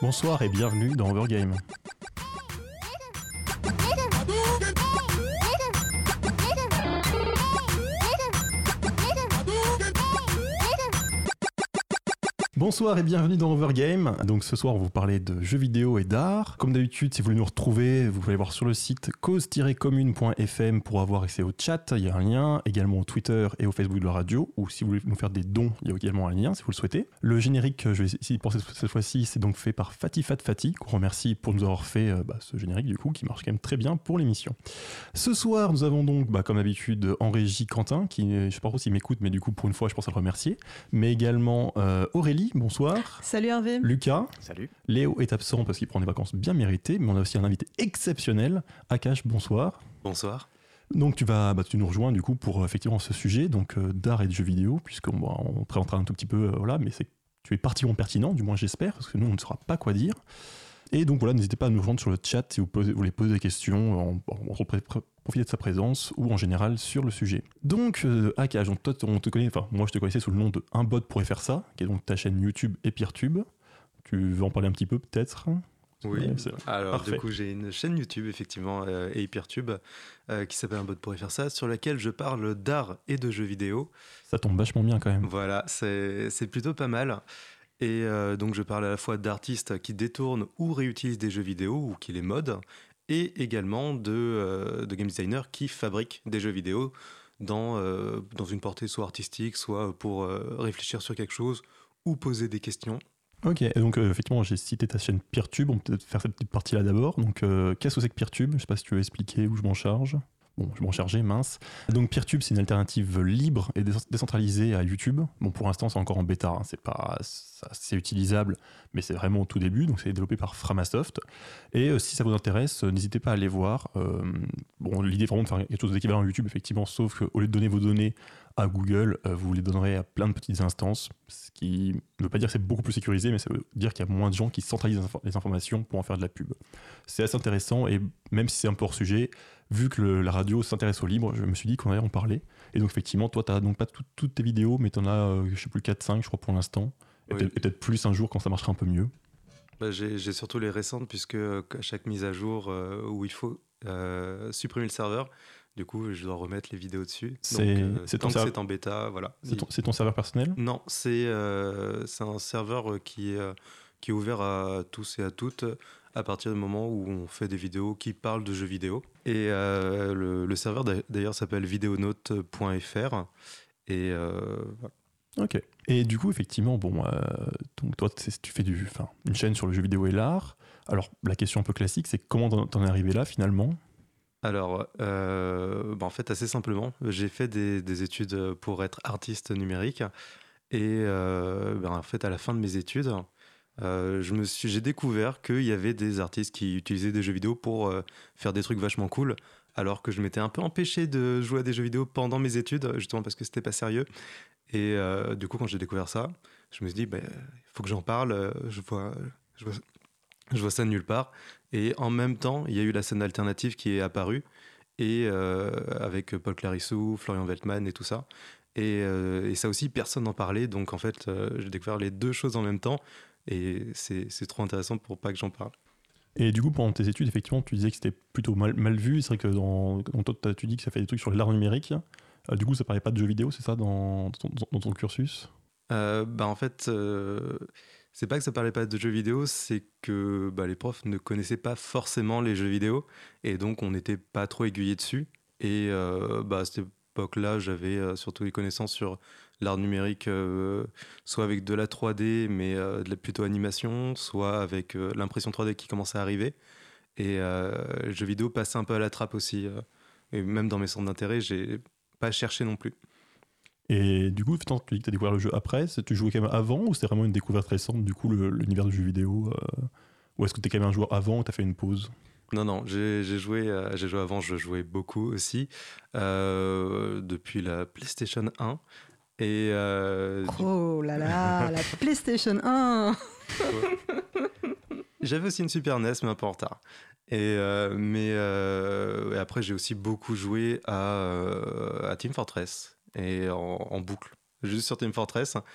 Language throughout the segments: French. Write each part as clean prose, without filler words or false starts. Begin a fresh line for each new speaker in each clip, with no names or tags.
Bonsoir et bienvenue dans Overgame. Bonsoir et bienvenue dans Overgame. Donc ce soir on va vous parler de jeux vidéo et d'art. Comme d'habitude, si vous voulez nous retrouver, vous pouvez aller voir sur le site cause-commune.fm pour avoir accès au chat, il y a un lien, également au Twitter et au Facebook de la radio, ou si vous voulez nous faire des dons, il y a également un lien si vous le souhaitez. Le générique, je vais essayer de penser cette fois-ci, c'est donc fait par Fati, qu'on remercie pour nous avoir fait ce générique du coup, qui marche quand même très bien pour l'émission. Ce soir, nous avons donc, comme d'habitude, en régie Quentin, qui, je sais pas trop s'il m'écoute, mais du coup pour une fois je pense à le remercier, mais également Aurélie. Bonsoir.
Salut Hervé.
Lucas.
Salut.
Léo est absent parce qu'il prend des vacances bien méritées, mais on a aussi un invité exceptionnel. Akash, bonsoir.
Bonsoir.
Donc tu nous rejoins du coup pour effectivement ce sujet donc d'art et de jeux vidéo, puisqu'on présentera un tout petit peu, mais tu es particulièrement pertinent, du moins j'espère, parce que nous on ne saura pas quoi dire. Et donc voilà, n'hésitez pas à nous rejoindre sur le chat si vous voulez poser des questions, profiter de sa présence ou en général sur le sujet. Donc Akash, toi on te connaît, enfin moi je te connaissais sous le nom de Un Bot pourrait faire ça, qui est donc ta chaîne YouTube Epirtube. Tu veux en parler un petit peu peut-être ?
Oui, alors
parfait.
Du coup j'ai une chaîne YouTube effectivement, Epirtube, qui s'appelle Un Bot pourrait faire ça, sur laquelle je parle d'art et de jeux vidéo.
Ça tombe vachement bien quand même.
Voilà, c'est plutôt pas mal. Et donc je parle à la fois d'artistes qui détournent ou réutilisent des jeux vidéo ou qui les modent, et également de game designers qui fabriquent des jeux vidéo dans une portée soit artistique, soit pour réfléchir sur quelque chose ou poser des questions.
Ok, et donc effectivement j'ai cité ta chaîne Peertube, on peut peut-être faire cette petite partie là d'abord. Donc qu'est-ce que c'est que Peertube ? Je sais pas si tu veux expliquer où je m'en charge. Bon, je m'en chargeais, mince. Donc Peertube, c'est une alternative libre et décentralisée à YouTube. Bon, pour l'instant, c'est encore en bêta, hein. C'est utilisable, mais c'est vraiment au tout début. Donc c'est développé par Framasoft. Et si ça vous intéresse, n'hésitez pas à aller voir. L'idée est vraiment de faire quelque chose d'équivalent à YouTube, effectivement, sauf qu'au lieu de donner vos données à Google, vous les donnerez à plein de petites instances, ce qui ne veut pas dire que c'est beaucoup plus sécurisé, mais ça veut dire qu'il y a moins de gens qui centralisent les informations pour en faire de la pub. C'est assez intéressant, et même si c'est un peu hors sujet, vu que la radio s'intéresse au libre, je me suis dit qu'on allait en parler. Et donc effectivement, toi, tu n'as donc pas toutes tes vidéos, mais tu en as, je sais plus, 4-5, je crois, pour l'instant. Et
Oui.
peut-être plus un jour quand ça marchera un peu mieux.
J'ai surtout les récentes, puisque à chaque mise à jour où il faut supprimer le serveur, du coup je dois remettre les vidéos dessus. C'est en bêta, voilà.
C'est ton serveur personnel ?
Non, c'est un serveur qui est ouvert à tous et à toutes à partir du moment où on fait des vidéos qui parlent de jeux vidéo. Et le serveur d'ailleurs s'appelle videonote.fr. Et voilà.
Ok. Et du coup, effectivement, donc toi, tu fais une chaîne sur le jeu vidéo et l'art. Alors, la question un peu classique, c'est comment t'en es arrivé là, finalement ?
Alors, en fait, assez simplement, j'ai fait des études pour être artiste numérique. Et en fait, à la fin de mes études, j'ai découvert qu'il y avait des artistes qui utilisaient des jeux vidéo pour faire des trucs vachement cool, alors que je m'étais un peu empêché de jouer à des jeux vidéo pendant mes études, justement parce que c'était pas sérieux. Et du coup, quand j'ai découvert ça, je me suis dit, il faut que j'en parle, je vois ça nulle part. Et en même temps, il y a eu la scène alternative qui est apparue, et avec Paul Clarissou, Florian Veltman et tout ça. Et ça aussi, personne n'en parlait, donc en fait, j'ai découvert les deux choses en même temps, et c'est trop intéressant pour pas que j'en parle.
Et du coup, pendant tes études, effectivement, tu disais que c'était plutôt mal vu. C'est vrai que toi, tu dis que ça fait des trucs sur l'art numérique. Du coup, ça parlait pas de jeux vidéo, c'est ça, dans ton cursus ?
En fait, c'est pas que ça parlait pas de jeux vidéo, c'est que les profs ne connaissaient pas forcément les jeux vidéo, et donc on n'était pas trop aiguillés dessus. Et à cette époque-là, j'avais surtout les connaissances sur l'art numérique, soit avec de la 3D, mais plutôt animation, soit avec l'impression 3D qui commençait à arriver. Et le jeu vidéo passait un peu à la trappe aussi. Et même dans mes centres d'intérêt, j'ai pas cherché non plus.
Et du coup, tu dis que tu as découvert le jeu après, tu jouais quand même avant, ou c'est vraiment une découverte récente, du coup, l'univers du jeu vidéo ou est-ce que tu es quand même un joueur avant ou tu as fait une pause ?
Non, j'ai joué avant, je jouais beaucoup aussi, depuis la PlayStation 1. Et
oh là là, la PlayStation 1.
J'avais aussi une Super NES, mais un peu en retard. Et après, j'ai aussi beaucoup joué à Team Fortress, et en boucle, juste sur Team Fortress.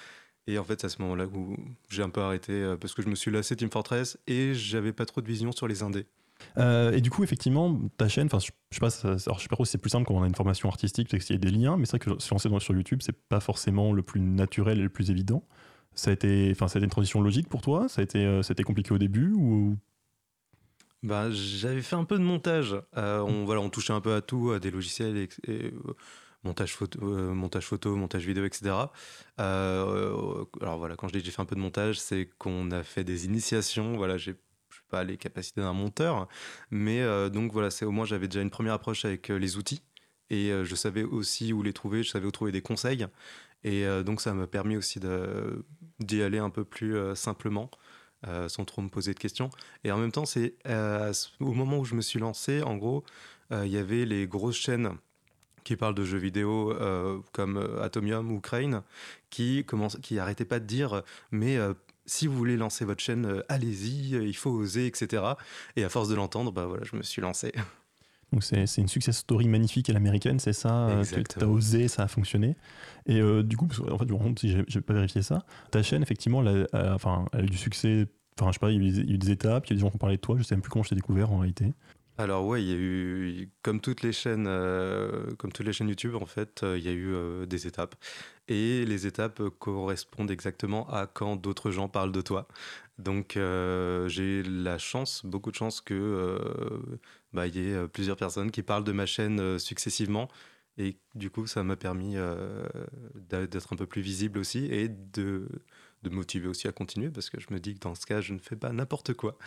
Et en fait, c'est à ce moment-là où j'ai un peu arrêté parce que je me suis lassé de Team Fortress et j'avais pas trop de vision sur les indés.
Et du coup, effectivement, ta chaîne, je sais pas, alors je sais pas trop si c'est plus simple quand on a une formation artistique, c'est qu'il y a des liens, mais c'est vrai que se lancer sur YouTube, c'est pas forcément le plus naturel et le plus évident. Ça a été une transition logique pour toi? Ça a été compliqué au début ou...
Bah, j'avais fait un peu de montage. On touchait un peu à tout, à des logiciels montage photo, montage vidéo, etc. Alors voilà, quand je dis que j'ai fait un peu de montage, c'est qu'on a fait des initiations. Voilà, je n'ai pas les capacités d'un monteur, mais donc voilà, c'est au moins j'avais déjà une première approche avec les outils et je savais aussi où les trouver, je savais où trouver des conseils et donc ça m'a permis aussi d'y aller un peu plus simplement. Sans trop me poser de questions. Et en même temps, c'est au moment où je me suis lancé, en gros, il y avait les grosses chaînes qui parlent de jeux vidéo comme Atomium ou Crane, qui arrêtaient pas de dire mais si vous voulez lancer votre chaîne, allez-y, il faut oser, etc. Et à force de l'entendre, bah voilà, je me suis lancé.
Donc c'est une success story magnifique à l'américaine, c'est ça? Tu as osé, ça a fonctionné. Et du coup, en fait, si j'ai pas vérifié ça, ta chaîne, effectivement, elle a eu du succès. Enfin, je sais pas, il y a eu des étapes, il y a des gens qui ont parlé de toi, je sais même plus comment je t'ai découvert en réalité.
Alors ouais, il y a eu, comme toutes les chaînes YouTube, en fait, il y a eu des étapes. Et les étapes correspondent exactement à quand d'autres gens parlent de toi. Donc j'ai la chance, beaucoup de chance que il y ait plusieurs personnes qui parlent de ma chaîne successivement. Et du coup, ça m'a permis d'être un peu plus visible aussi et de me motiver aussi à continuer parce que je me dis que dans ce cas, je ne fais pas n'importe quoi.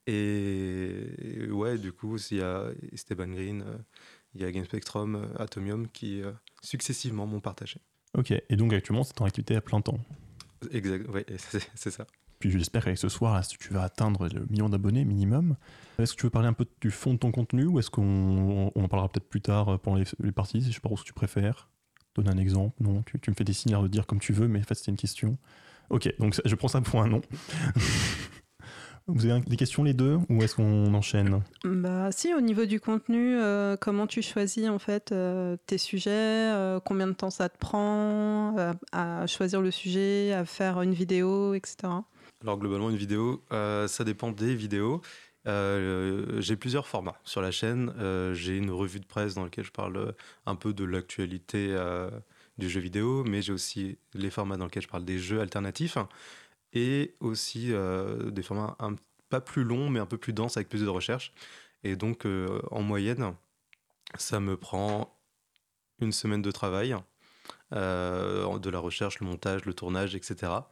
Et ouais, du coup, il y a Esteban Green, il y a Game Spectrum, Atomium qui successivement m'ont partagé.
Ok, et donc actuellement, c'est ton activité à plein temps.
Exact, ouais, c'est ça.
Puis j'espère qu'avec ce soir, là, si tu vas atteindre le million d'abonnés minimum, est-ce que tu veux parler un peu du fond de ton contenu ou est-ce qu'on en parlera peut-être plus tard pendant les parties, je sais pas ce que tu préfères? Donne un exemple. Non, tu me fais des signes de dire comme tu veux, mais en fait, c'était une question. Ok, donc je prends ça pour un non. Vous avez des questions les deux ou est-ce qu'on enchaîne?
Bah si, au niveau du contenu, comment tu choisis en fait tes sujets, combien de temps ça te prend à choisir le sujet, à faire une vidéo, etc.
Alors globalement, une vidéo, ça dépend des vidéos. J'ai plusieurs formats sur la chaîne. J'ai une revue de presse dans laquelle je parle un peu de l'actualité du jeu vidéo, mais j'ai aussi les formats dans lesquels je parle des jeux alternatifs et aussi des formats pas plus longs, mais un peu plus denses avec plus de recherche. Et donc, en moyenne, ça me prend une semaine de travail, de la recherche, le montage, le tournage, etc.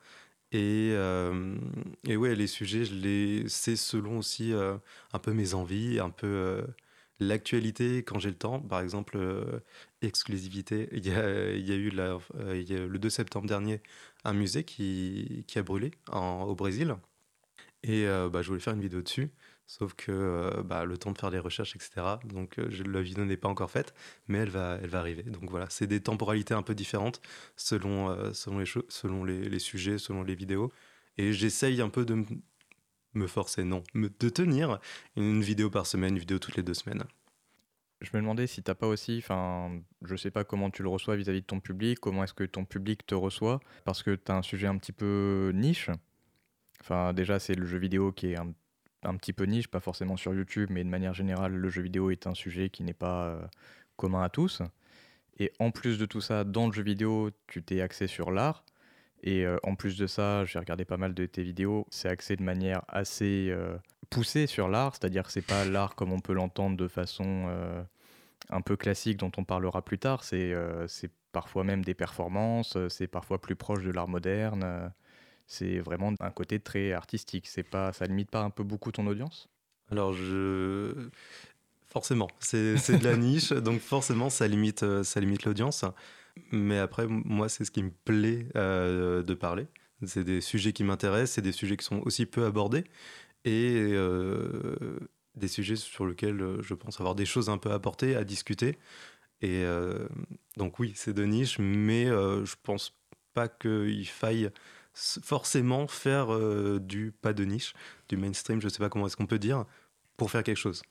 Et ouais, les sujets, c'est selon aussi un peu mes envies, un peu l'actualité quand j'ai le temps. Par exemple, exclusivité, il y a eu le 2 septembre dernier un musée qui a brûlé au Brésil. Et je voulais faire une vidéo dessus, sauf que le temps de faire les recherches, etc. Donc la vidéo n'est pas encore faite, mais elle va arriver. Donc voilà, c'est des temporalités un peu différentes selon les sujets, selon les vidéos. Et j'essaye un peu de me forcer, non, de tenir une vidéo par semaine, une vidéo toutes les 2 semaines.
Je me demandais si t'as pas aussi, je sais pas comment tu le reçois vis-à-vis de ton public, comment est-ce que ton public te reçoit, parce que t'as un sujet un petit peu niche. Enfin, déjà, c'est le jeu vidéo qui est un petit peu niche, pas forcément sur YouTube, mais de manière générale, le jeu vidéo est un sujet qui n'est pas commun à tous. Et en plus de tout ça, dans le jeu vidéo, tu t'es axé sur l'art. Et en plus de ça, j'ai regardé pas mal de tes vidéos, c'est axé de manière assez poussée sur l'art, c'est-à-dire que c'est pas l'art comme on peut l'entendre de façon un peu classique dont on parlera plus tard, c'est parfois même des performances, c'est parfois plus proche de l'art moderne. C'est vraiment un côté très artistique. Ça limite pas un peu beaucoup ton audience?
Alors forcément, c'est de la niche, donc forcément ça limite l'audience. Mais après, moi, c'est ce qui me plaît de parler. C'est des sujets qui m'intéressent, c'est des sujets qui sont aussi peu abordés et des sujets sur lesquels je pense avoir des choses un peu à apporter, à discuter. Et donc oui, c'est de niche, mais je pense pas qu'il faille forcément faire pas de niche, du mainstream, je sais pas comment est-ce qu'on peut dire, pour faire quelque chose.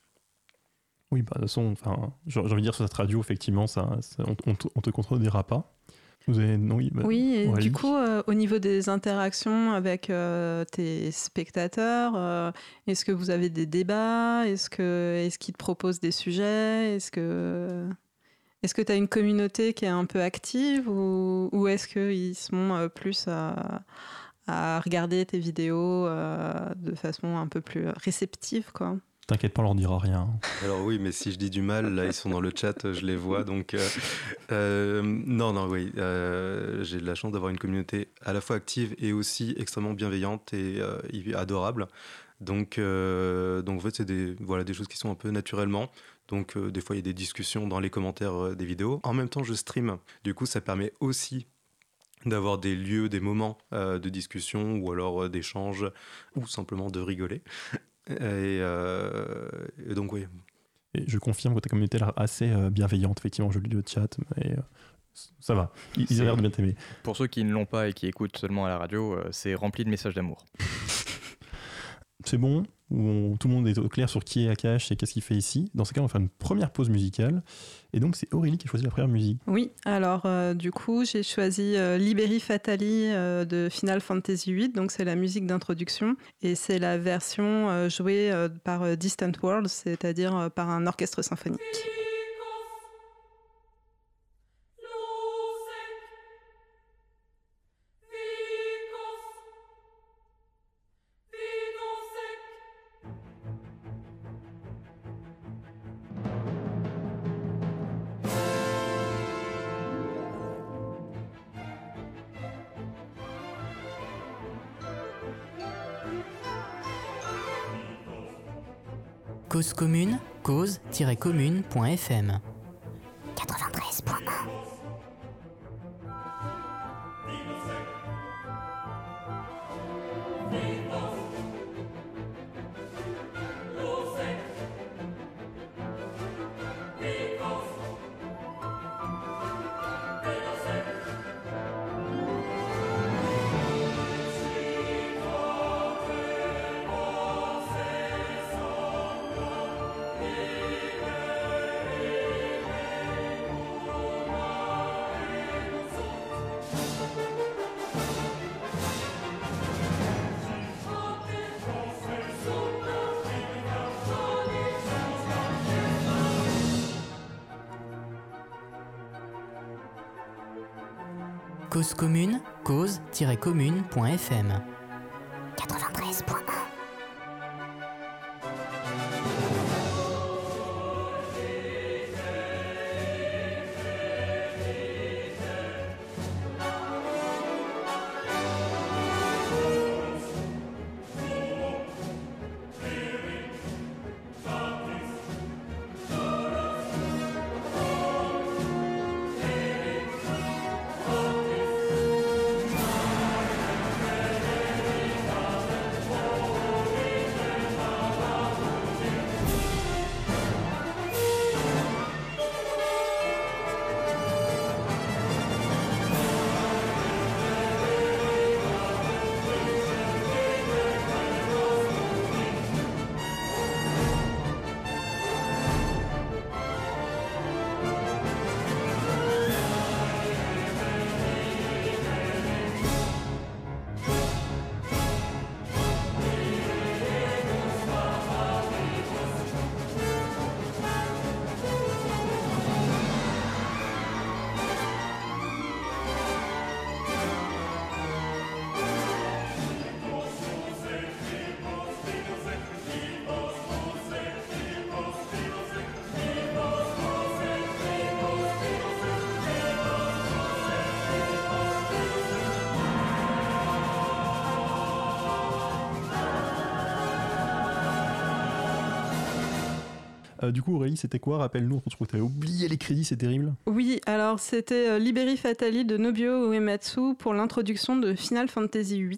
Oui, de toute façon, j'ai envie de dire sur cette radio, effectivement, on te contredira pas.
Oui, et
Aurélie.
du coup, au niveau des interactions avec tes spectateurs, est-ce que vous avez des débats? Est-ce qu'ils te proposent des sujets? Est-ce que tu as une communauté qui est un peu active ou est-ce qu'ils sont plus à regarder tes vidéos de façon un peu plus réceptive, quoi?
T'inquiète pas, on leur dira rien.
Alors oui, mais si je dis du mal, là ils sont dans le chat, je les vois, donc non, oui, j'ai de la chance d'avoir une communauté à la fois active et aussi extrêmement bienveillante et adorable. Donc en fait c'est des choses qui sont un peu naturellement. Donc des fois il y a des discussions dans les commentaires des vidéos. En même temps je stream, du coup ça permet aussi d'avoir des lieux, des moments de discussion ou alors d'échange ou simplement de rigoler. Et donc oui.
Et je confirme que ta communauté a l'air assez bienveillante, effectivement, je lis le chat, mais ça va, ils ont l'air de bien t'aimer.
Pour ceux qui ne l'ont pas et qui écoutent seulement à la radio, c'est rempli de messages d'amour.
C'est bon? Tout le monde est au clair sur qui est Akash et qu'est-ce qu'il fait ici? Dans ce cas, on va faire une première pause musicale. Et donc, c'est Aurélie qui a choisi la première musique.
Oui, alors du coup, j'ai choisi Liberi Fatali de Final Fantasy VIII. Donc, c'est la musique d'introduction. Et c'est la version jouée par Distant Worlds, c'est-à-dire par un orchestre symphonique.
Cause commune, cause-commune.fm 93.1. Cause commune, cause-commune.fm 93.1.
Du coup, Aurélie, c'était quoi? Rappelle-nous, je crois que tu avais oublié les crédits, c'est terrible.
Oui, alors c'était Liberi Fatali de Nobuo Uematsu pour l'introduction de Final Fantasy VIII.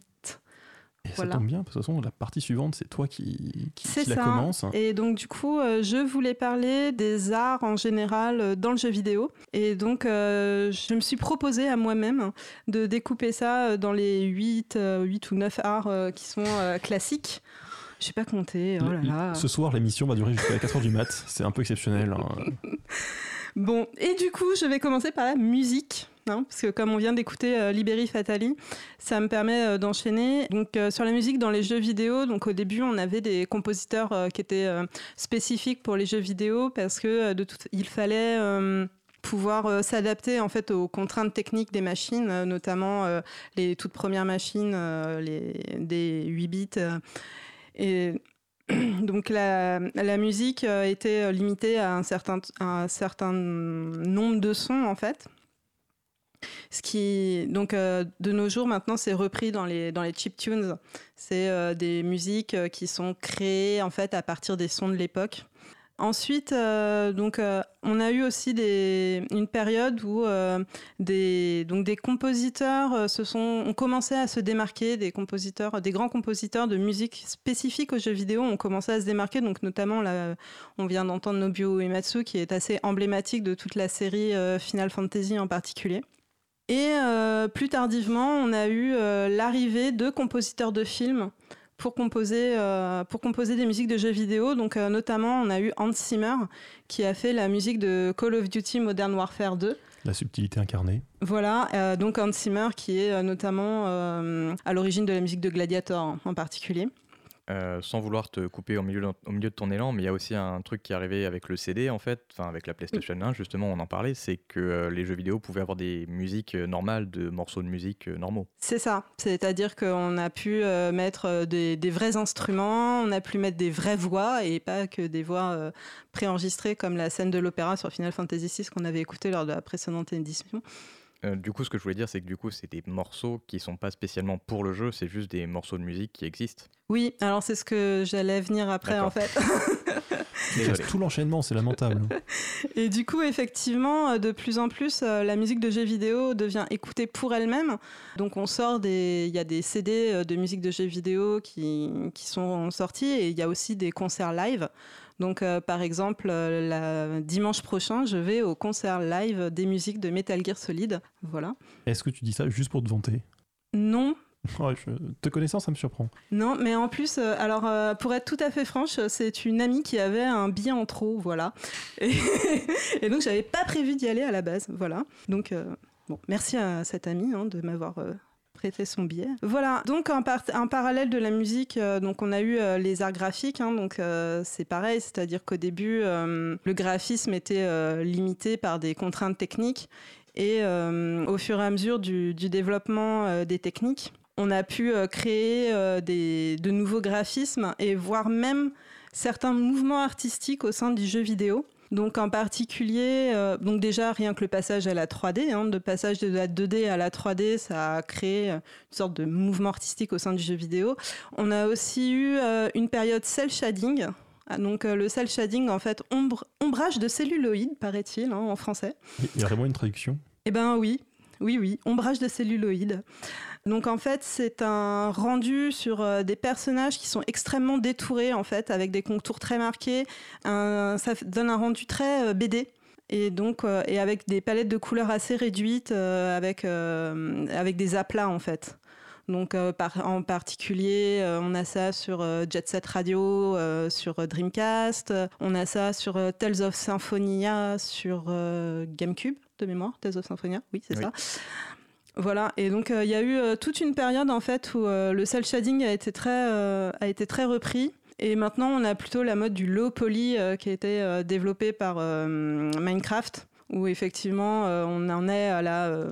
Et
Voilà.
ça tombe bien, de toute façon, la partie suivante, c'est toi qui
C'est
la
ça.
commence.
Et donc du coup, je voulais parler des arts en général dans le jeu vidéo. Et donc, je me suis proposé à moi-même de découper ça dans les 8 ou 9 arts qui sont classiques. Je n'ai pas compté, oh là là.
Ce soir, l'émission va durer jusqu'à 4h du mat. C'est un peu exceptionnel. Hein.
Bon, et du coup, je vais commencer par la musique. Parce que comme on vient d'écouter Liberi Fatali, ça me permet d'enchaîner. Donc sur la musique dans les jeux vidéo, donc au début on avait des compositeurs qui étaient spécifiques pour les jeux vidéo parce que il fallait pouvoir s'adapter en fait aux contraintes techniques des machines, notamment les toutes premières machines, des 8 bits. Et donc la musique était limitée à un certain nombre de sons en fait. Ce qui, donc, de nos jours, maintenant, c'est repris dans les chiptunes. C'est des musiques qui sont créées en fait, à partir des sons de l'époque. Ensuite, on a eu aussi une période où des compositeurs ont commencé à se démarquer, des grands compositeurs de musique spécifiques aux jeux vidéo ont commencé à se démarquer. Donc, notamment, là, on vient d'entendre Nobuo Uematsu, qui est assez emblématique de toute la série Final Fantasy en particulier. Et plus tardivement, on a eu l'arrivée de compositeurs de films pour composer des musiques de jeux vidéo. Donc, notamment, on a eu Hans Zimmer qui a fait la musique de Call of Duty Modern Warfare 2.
La subtilité incarnée.
Voilà, donc Hans Zimmer qui est notamment à l'origine de la musique de Gladiator en particulier.
Sans vouloir te couper au milieu de ton élan, mais il y a aussi un truc qui est arrivé avec le CD en fait, avec la PlayStation 1 justement, on en parlait, c'est que les jeux vidéo pouvaient avoir des musiques normales de morceaux de musique normaux. C'est
ça, c'est-à-dire qu'on a pu mettre des vrais instruments, on a pu mettre des vraies voix et pas que des voix préenregistrées comme la scène de l'opéra sur Final Fantasy VI qu'on avait écouté lors de la précédente édition.
Du coup, ce que je voulais dire, c'est que du coup, c'est des morceaux qui sont pas spécialement pour le jeu, c'est juste des morceaux de musique qui existent.
Oui, alors c'est ce que j'allais venir après. D'accord. En fait.
Tout l'enchaînement, c'est lamentable.
Et du coup, effectivement, de plus en plus, la musique de jeux vidéo devient écoutée pour elle-même. Donc on sort il y a des CD de musique de jeux vidéo qui sont sortis et il y a aussi des concerts live. Donc, par exemple, dimanche prochain, je vais au concert live des musiques de Metal Gear Solid. Voilà.
Est-ce que tu dis ça juste pour te vanter ?
Non.
Te connaissant, ça me surprend.
Non, mais en plus, pour être tout à fait franche, c'est une amie qui avait un billet en trop, voilà. Et donc, j'avais pas prévu d'y aller à la base, voilà. Donc, merci à cette amie de m'avoir... prêter son billet. Voilà, donc en parallèle de la musique, donc on a eu les arts graphiques, donc c'est pareil, c'est-à-dire qu'au début, le graphisme était limité par des contraintes techniques et au fur et à mesure du développement des techniques, on a pu créer de nouveaux graphismes et voire même certains mouvements artistiques au sein du jeu vidéo. Donc en particulier, donc déjà rien que le passage à la 3D, de passage de la 2D à la 3D, ça a créé une sorte de mouvement artistique au sein du jeu vidéo. On a aussi eu une période cel shading. Donc le cel shading, en fait, ombrage de celluloïd, paraît-il, en français.
Il y a vraiment une traduction ?
Eh ben oui, ombrage de celluloïd. Donc en fait, c'est un rendu sur des personnages qui sont extrêmement détourés en fait, avec des contours très marqués. Ça donne un rendu très BD. Et donc et avec des palettes de couleurs assez réduites, avec des aplats en fait. Donc en particulier, on a ça sur Jet Set Radio, sur Dreamcast. On a ça sur Tales of Symphonia sur GameCube de mémoire. Tales of Symphonia, oui, c'est ça. Voilà, et donc il y a eu toute une période en fait où le cel shading a été très repris. Et maintenant, on a plutôt la mode du low poly qui a été développée par Minecraft, où effectivement, on en est à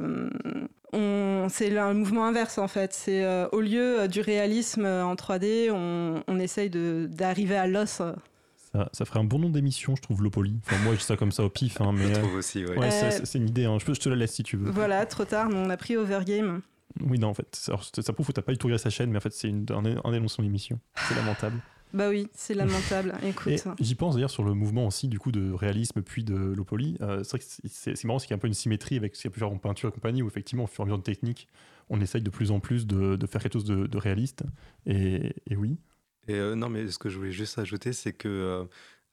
c'est un mouvement inverse en fait. C'est au lieu du réalisme en 3D, on essaye d'arriver à l'os.
Ça ferait un bon nom d'émission, je trouve, Lopoly. Enfin, moi, je dis ça comme ça au pif. Mais,
je trouve aussi, ouais.
C'est une idée. Je te la laisse si tu veux.
Voilà, trop tard, mais on a pris Overgame.
Oui, non, en fait. Ça prouve que tu n'as pas du tout regardé sa chaîne, mais en fait, c'est un énoncé d'émission. C'est lamentable.
Bah oui, c'est lamentable. Écoute.
Et j'y pense d'ailleurs sur le mouvement aussi, du coup, de réalisme puis de Lopoly. C'est vrai que c'est marrant, c'est qu'il y a un peu une symétrie avec ce qu'il y a pu faire en peinture et compagnie, où effectivement, au fur et à mesure de technique, on essaye de plus en plus de faire quelque chose de réaliste. Et oui.
Et non, mais ce que je voulais juste ajouter, c'est que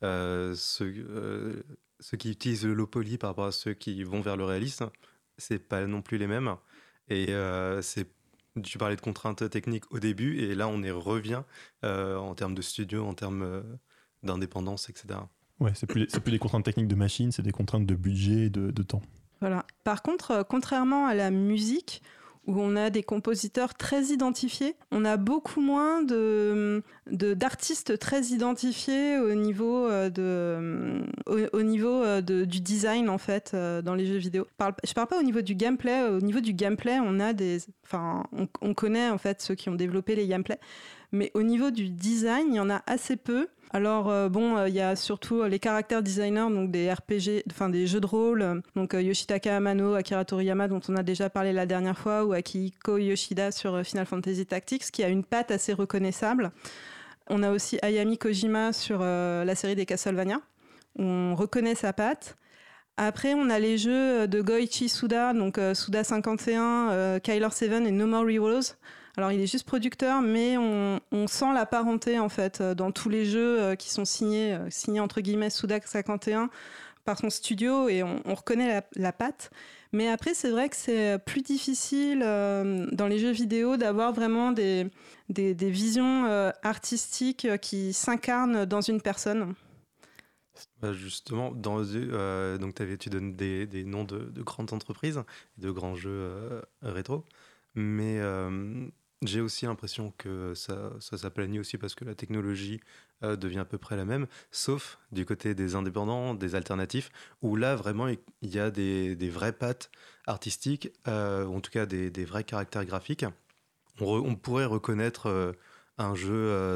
ceux qui utilisent le low poly par rapport à ceux qui vont vers le réalisme, c'est pas non plus les mêmes. Et tu parlais de contraintes techniques au début, et là on y revient en termes de studio, en termes d'indépendance, etc.
Ouais, c'est plus des contraintes techniques de machine, c'est des contraintes de budget et de temps.
Voilà. Par contre, contrairement à la musique, où on a des compositeurs très identifiés, on a beaucoup moins d'artistes très identifiés au niveau, du design, en fait, dans les jeux vidéo. Je parle pas au niveau du gameplay. Au niveau du gameplay, on connaît, en fait, ceux qui ont développé les gameplays. Mais au niveau du design, il y en a assez peu. Alors il y a surtout les caractères designers, donc des RPG, enfin des jeux de rôle, donc Yoshitaka Amano, Akira Toriyama dont on a déjà parlé la dernière fois, ou Akihiko Yoshida sur Final Fantasy Tactics, qui a une patte assez reconnaissable. On a aussi Hayami Kojima sur la série des Castlevania, où on reconnaît sa patte. Après, on a les jeux de Goichi Suda, donc Suda 51, Kyler 7 et No More Heroes. Alors, il est juste producteur, mais on sent la parenté, en fait, dans tous les jeux qui sont signés entre guillemets Suda 51 par son studio, et on reconnaît la patte. Mais après, c'est vrai que c'est plus difficile dans les jeux vidéo d'avoir vraiment des visions artistiques qui s'incarnent dans une personne.
Justement, donc tu donnes des noms de grandes entreprises, de grands jeux rétro, mais j'ai aussi l'impression que ça s'aplanit aussi parce que la technologie devient à peu près la même, sauf du côté des indépendants, des alternatifs, où là vraiment il y a des vraies pattes artistiques, ou en tout cas des vrais caractères graphiques. On pourrait reconnaître un jeu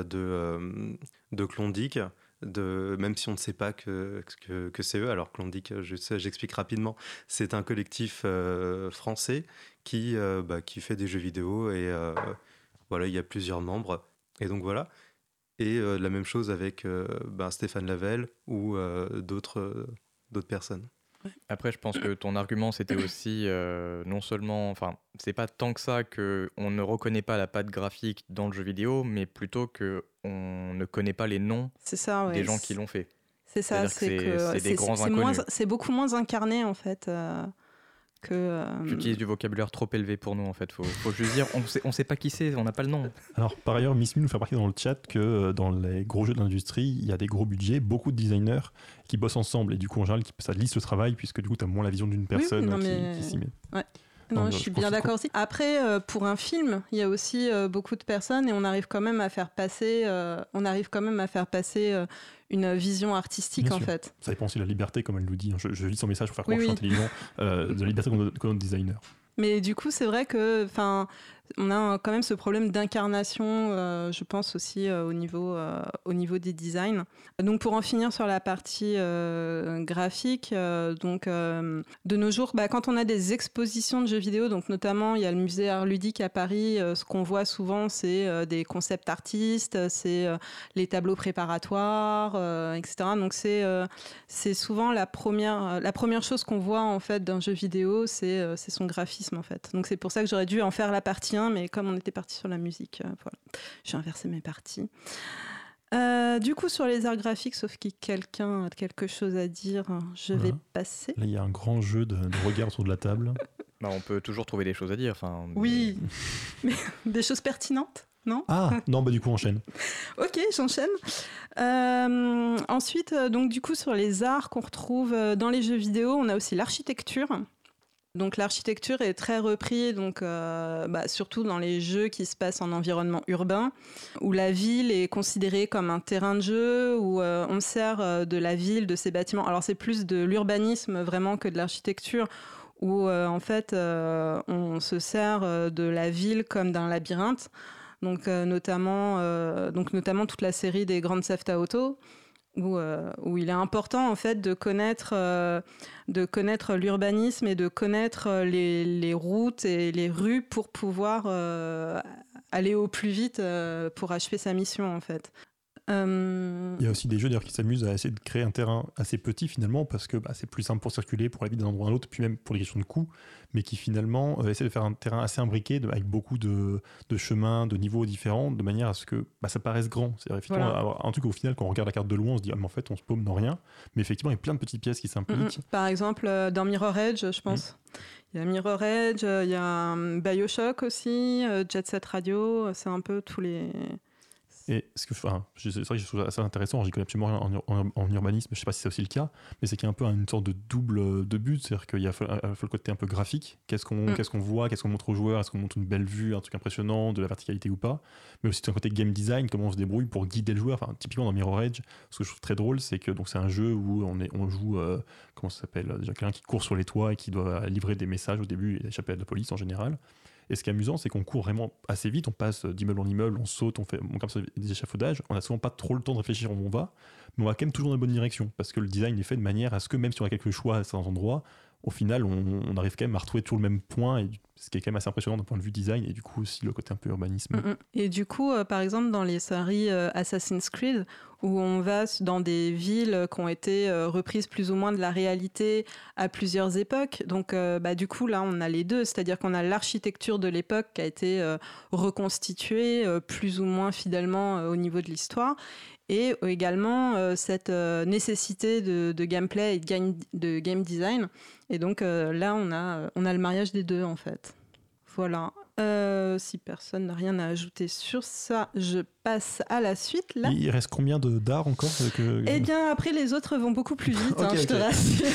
de Klondike, même si on ne sait pas que c'est eux. Alors Klondike, j'explique rapidement, c'est un collectif français qui fait des jeux vidéo, et voilà, il y a plusieurs membres, et donc voilà. Et la même chose avec Stéphane Lavelle ou d'autres personnes.
Après, je pense que ton argument, c'était aussi non seulement... Enfin, c'est pas tant que ça qu'on ne reconnaît pas la patte graphique dans le jeu vidéo, mais plutôt qu'on ne connaît pas les noms des gens qui l'ont fait.
C'est ça,
c'est des grands inconnus.
C'est beaucoup moins incarné, en fait, que...
J'utilise du vocabulaire trop élevé pour nous, en fait. Faut juste dire, on sait pas qui c'est, on n'a pas le nom.
Alors, par ailleurs, Miss Me nous fait remarquer dans le chat que dans les gros jeux d'industrie, il y a des gros budgets, beaucoup de designers qui bossent ensemble, et du coup, en général, ça lisse le travail, puisque du coup, tu as moins la vision d'une personne qui s'y met.
Ouais. Non, je suis bien d'accord aussi. Après, pour un film, il y a aussi beaucoup de personnes, et on arrive quand même à faire passer, une vision artistique, en fait.
Ça dépend aussi de la liberté, comme elle nous dit. Je lis son message pour faire croire que je suis intelligent, de la liberté que notre designer.
Mais du coup, c'est vrai que, on a quand même ce problème d'incarnation, je pense aussi au niveau des designs. Donc, pour en finir sur la partie graphique, de nos jours, quand on a des expositions de jeux vidéo, donc notamment il y a le musée Art Ludique à Paris, ce qu'on voit souvent, c'est des concept artistes, c'est les tableaux préparatoires, etc. Donc c'est souvent la première chose qu'on voit en fait d'un jeu vidéo, c'est son graphisme en fait. Donc c'est pour ça que j'aurais dû en faire la partie 1, mais comme on était parti sur la musique, voilà, j'ai inversé mes parties. Du coup, sur les arts graphiques, sauf que quelqu'un a quelque chose à dire, je vais passer.
Là, il y a un grand jeu de regard autour de la table.
On peut toujours trouver des choses à dire.
Oui, mais des choses pertinentes, non ?
Non, du coup, enchaîne.
Ok, j'enchaîne. Ensuite, donc du coup, sur les arts qu'on retrouve dans les jeux vidéo, on a aussi l'architecture. Donc l'architecture est très reprise, donc surtout dans les jeux qui se passent en environnement urbain, où la ville est considérée comme un terrain de jeu, où on sert de la ville, de ses bâtiments. Alors c'est plus de l'urbanisme vraiment que de l'architecture, où en fait on se sert de la ville comme d'un labyrinthe. Donc notamment toute la série des Grand Theft Auto, où il est important en fait de connaître l'urbanisme et de connaître les routes et les rues pour pouvoir aller au plus vite pour achever sa mission en fait.
Il y a aussi des jeux d'ailleurs qui s'amusent à essayer de créer un terrain assez petit finalement, parce que c'est plus simple pour circuler, pour aller vite d'un endroit à l'autre, puis même pour les questions de coûts, mais qui finalement essaient de faire un terrain assez imbriqué avec beaucoup de chemins, de niveaux différents, de manière à ce que ça paraisse grand. C'est-à-dire effectivement avoir un truc au final, quand on regarde la carte de loin, on se dit mais en fait on se paume dans rien, mais effectivement il y a plein de petites pièces qui s'impliquent.
Par exemple dans Mirror Edge, je pense. Il y a Mirror Edge, il y a BioShock aussi, Jet Set Radio, c'est un peu tous les...
Et c'est vrai que je trouve ça assez intéressant, j'y connais absolument rien en urbanisme, je sais pas si c'est aussi le cas, mais c'est qu'il y a un peu une sorte de double de but, c'est-à-dire qu'il y a le côté un peu graphique, qu'est-ce qu'on voit, qu'est-ce qu'on montre aux joueurs, est-ce qu'on montre une belle vue, un truc impressionnant, de la verticalité ou pas, mais aussi un côté game design, comment on se débrouille pour guider le joueur, typiquement dans Mirror Edge, ce que je trouve très drôle, c'est que donc, c'est un jeu où on joue, comment ça s'appelle, déjà quelqu'un qui court sur les toits et qui doit livrer des messages au début et échapper à la police en général. Et ce qui est amusant, c'est qu'on court vraiment assez vite, on passe d'immeuble en immeuble, on saute, on fait comme ça des échafaudages, on n'a souvent pas trop le temps de réfléchir où on va, mais on va quand même toujours dans la bonne direction, parce que le design est fait de manière à ce que même si on a quelques choix à certains endroits, au final, on arrive quand même à retrouver toujours le même point, et ce qui est quand même assez impressionnant d'un point de vue design, et du coup aussi le côté un peu urbanisme.
Et du coup, par exemple, dans les séries Assassin's Creed, où on va dans des villes qui ont été reprises plus ou moins de la réalité à plusieurs époques. Donc, du coup, là, on a les deux. C'est-à-dire qu'on a l'architecture de l'époque qui a été reconstituée plus ou moins fidèlement au niveau de l'histoire. Et également cette nécessité de gameplay et de game design. Et donc, là, on a le mariage des deux, en fait. Voilà. Si personne n'a rien à ajouter sur ça, je passe à la suite. Là.
Il reste combien d'art encore
Eh bien, après, les autres vont beaucoup plus vite, je te rassure.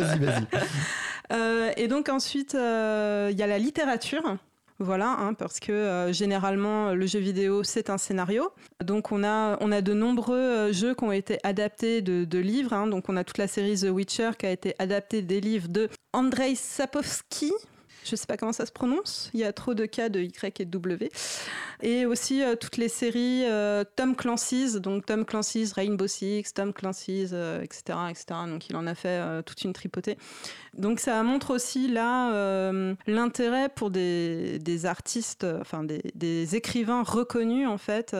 Vas-y.
Et donc, ensuite, il y a la littérature. Voilà, parce que généralement, le jeu vidéo, c'est un scénario. Donc, on a de nombreux jeux qui ont été adaptés de livres. Donc, on a toute la série The Witcher qui a été adaptée des livres de Andrzej Sapkowski. Je ne sais pas comment ça se prononce, il y a trop de K, de Y et de W. Et aussi toutes les séries Tom Clancy's, donc Tom Clancy's Rainbow Six, Tom Clancy's, etc., etc. Donc il en a fait toute une tripotée. Donc ça montre aussi là l'intérêt pour des artistes, enfin des écrivains reconnus en fait,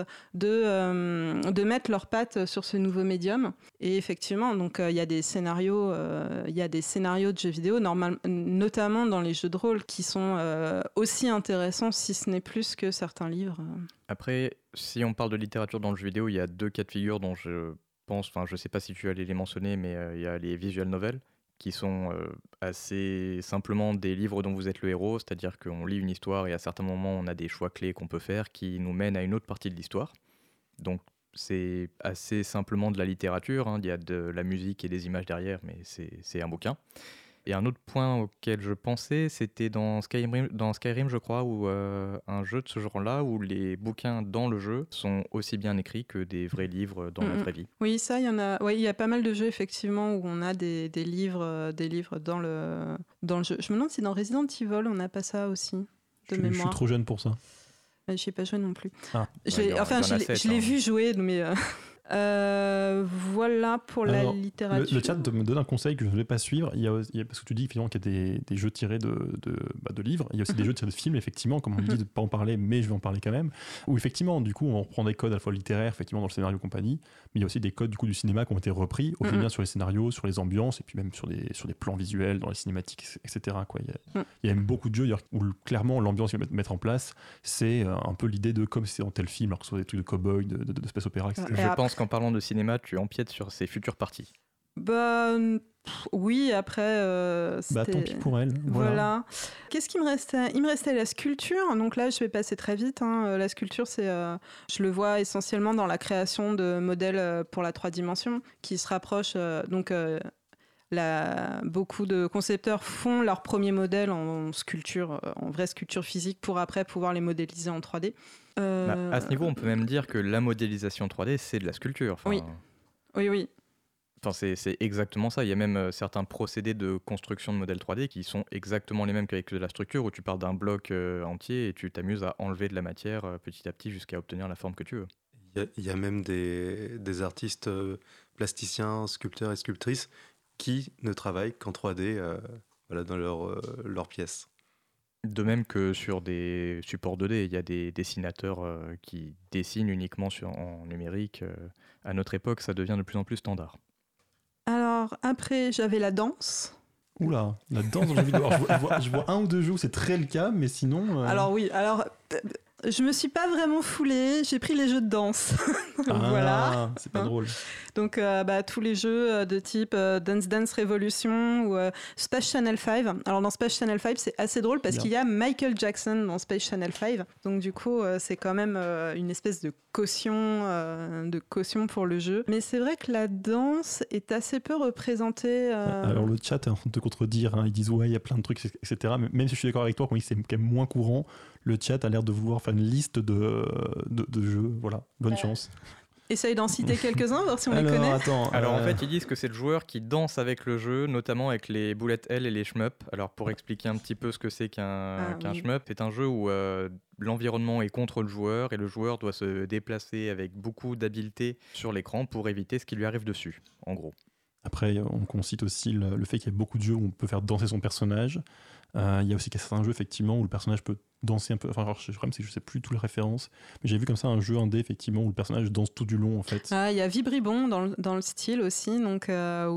de mettre leurs pattes sur ce nouveau médium. Et effectivement, donc il y a des scénarios, de jeux vidéo, notamment dans les jeux de rôle, qui sont aussi intéressants, si ce n'est plus que certains livres.
Après, si on parle de littérature dans le jeu vidéo, il y a deux cas de figure dont je pense, enfin je sais pas si tu allais les mentionner, mais il y a les visual novels, qui sont assez simplement des livres dont vous êtes le héros, c'est-à-dire qu'on lit une histoire et à certains moments on a des choix clés qu'on peut faire qui nous mènent à une autre partie de l'histoire. Donc c'est assez simplement de la littérature, il y a de la musique et des images derrière, mais c'est un bouquin. Et un autre point auquel je pensais, c'était dans Skyrim, je crois, ou un jeu de ce genre-là, où les bouquins dans le jeu sont aussi bien écrits que des vrais livres dans la vraie vie.
Oui, ça, il y en a. Oui, il y a pas mal de jeux, effectivement, où on a des livres dans le jeu. Je me demande si dans Resident Evil, on n'a pas ça aussi, de mémoire.
Je suis trop jeune pour ça.
Je sais pas jouer non plus.
Je
l'ai vu jouer, mais... voilà pour la littérature.
Le chat me donne un conseil que je ne vais pas suivre. Parce que tu dis effectivement qu'il y a des jeux tirés de livres. Il y a aussi des jeux tirés de films, effectivement, comme on dit de ne pas en parler, mais je vais en parler quand même. Où effectivement, du coup, on reprend des codes à la fois littéraires, effectivement, dans le scénario et compagnie, mais il y a aussi des codes du cinéma qui ont été repris, aussi bien sur les scénarios, sur les ambiances, et puis même sur des plans visuels, dans les cinématiques, etc. Quoi. Il y a même beaucoup de jeux où clairement l'ambiance qu'ils vont mettre en place, c'est un peu l'idée de comme c'est dans tel film, alors que ce soit des trucs de cow-boy, de space opéra, etc.
Je pense qu'en parlant de cinéma, tu empiètes sur ses futures parties.
Oui, après...
tant pis pour elle.
Voilà. Qu'est-ce qui me restait ? Il me restait la sculpture. Donc là, je vais passer très vite. La sculpture, je le vois essentiellement dans la création de modèles pour la 3 dimensions qui se rapprochent... beaucoup de concepteurs font leur premier modèle en sculpture, en vraie sculpture physique, pour après pouvoir les modéliser en 3D.
À ce niveau, on peut même dire que la modélisation 3D, c'est de la sculpture.
Oui.
Enfin, c'est exactement ça. Il y a même certains procédés de construction de modèles 3D qui sont exactement les mêmes qu'avec de la structure, où tu pars d'un bloc entier et tu t'amuses à enlever de la matière petit à petit jusqu'à obtenir la forme que tu veux.
Il y a même des artistes plasticiens, sculpteurs et sculptrices qui ne travaillent qu'en 3D dans leur pièce.
De même que sur des supports 2D, il y a des dessinateurs qui dessinent uniquement en numérique. À notre époque, ça devient de plus en plus standard.
Alors, après, j'avais la danse.
Oula, la danse dans le jeu vidéo. Alors, je vois un ou deux jeux où c'est très le cas, mais sinon...
Alors oui, Je me suis pas vraiment foulée, j'ai pris les jeux de danse. Voilà.
C'est pas
Hein.
drôle.
Donc tous les jeux de type Dance Dance Revolution ou Space Channel 5. Alors dans Space Channel 5, c'est assez drôle parce
Bien.
qu'il y a Michael Jackson dans Space Channel 5. Donc du coup, c'est quand même une espèce de caution pour le jeu. Mais c'est vrai que la danse est assez peu représentée.
Alors le chat est en train de te contredire, hein. Ils disent ouais, il y a plein de trucs, etc. Mais même si je suis d'accord avec toi, quand c'est quand même moins courant, le chat a l'air de vouloir faire une liste de jeux. Voilà, bonne chance.
Essaye d'en citer quelques-uns, voir si on les
Alors,
connaît.
attends.
Alors en fait, ils disent que c'est le joueur qui danse avec le jeu, notamment avec les bullet hell et les shmup. Alors pour expliquer un petit peu ce que c'est qu'un
oui.
shmup, c'est un jeu où l'environnement est contre le joueur et le joueur doit se déplacer avec beaucoup d'habileté sur l'écran pour éviter ce qui lui arrive dessus, en gros.
Après, on cite aussi le fait qu'il y a beaucoup de jeux où on peut faire danser son personnage. Il y a aussi certains jeux, effectivement, où le personnage peut danser un peu. Enfin, alors, le problème, c'est que je sais plus toutes les références. Mais j'ai vu comme ça un jeu indé, effectivement, où le personnage danse tout du long, en fait.
Il y a Vibribon dans le style aussi, donc,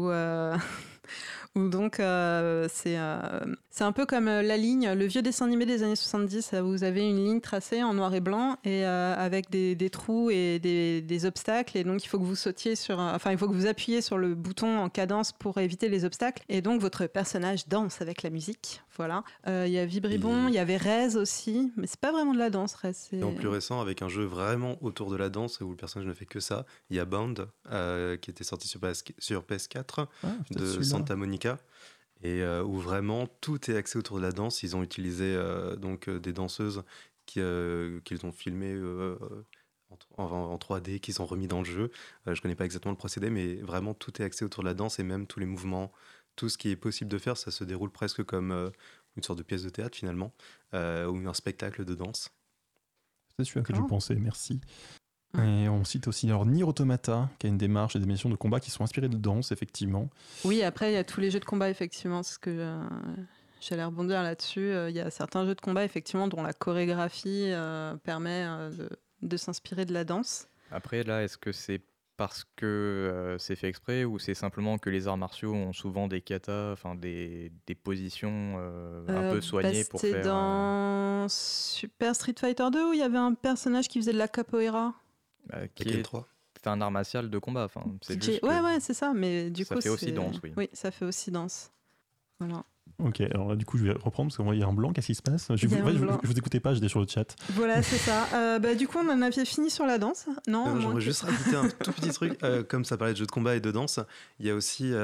où donc c'est un peu comme La Ligne, le vieux dessin animé des années 70. Vous avez une ligne tracée en noir et blanc et avec des trous et des obstacles. Et donc, il faut que vous sautiez il faut que vous appuyiez sur le bouton en cadence pour éviter les obstacles. Et donc, votre personnage danse avec la musique. Voilà. Il y a Vibribon, il y avait Rez aussi, mais c'est pas vraiment de la danse, Rez.
Et en plus récent, avec un jeu vraiment autour de la danse où le personnage ne fait que ça, il y a Bound qui était sorti sur PS4 de Santa Monica et où vraiment tout est axé autour de la danse. Ils ont utilisé des danseuses qu'ils ont filmées en 3D, qu'ils ont remis dans le jeu. Je connais pas exactement le procédé, mais vraiment tout est axé autour de la danse et même tous les mouvements, tout ce qui est possible de faire, ça se déroule presque comme une sorte de pièce de théâtre finalement, ou un spectacle de danse.
C'est celui-là que je pensais, merci. Et on cite aussi alors Nier Automata, qui a une démarche et des missions de combat qui sont inspirées de danse, effectivement.
Oui, après, il y a tous les jeux de combat, effectivement, c'est ce que j'allais rebondir là-dessus. Il y a certains jeux de combat, effectivement, dont la chorégraphie permet de s'inspirer de la danse.
Après, là, est-ce que c'est parce que c'est fait exprès ou c'est simplement que les arts martiaux ont souvent des katas, enfin des positions un peu soignées pour faire...
C'était dans Super Street Fighter 2 où il y avait un personnage qui faisait de la capoeira.
Qui est
3.
C'est un art martial de combat. Enfin, c'est juste
ouais, c'est ça, mais du coup...
Ça fait aussi danse, oui.
Oui, ça fait aussi danse. Voilà.
Ok, alors là, du coup, je vais reprendre parce qu'il y a un blanc. Qu'est-ce qui se passe? Je vous écoutais pas, j'étais sur le chat.
Voilà, c'est ça. Du coup, on en avait fini sur la danse. Non,
J'aimerais juste rajouter un tout petit truc. Comme ça parlait de jeux de combat et de danse, il y a aussi...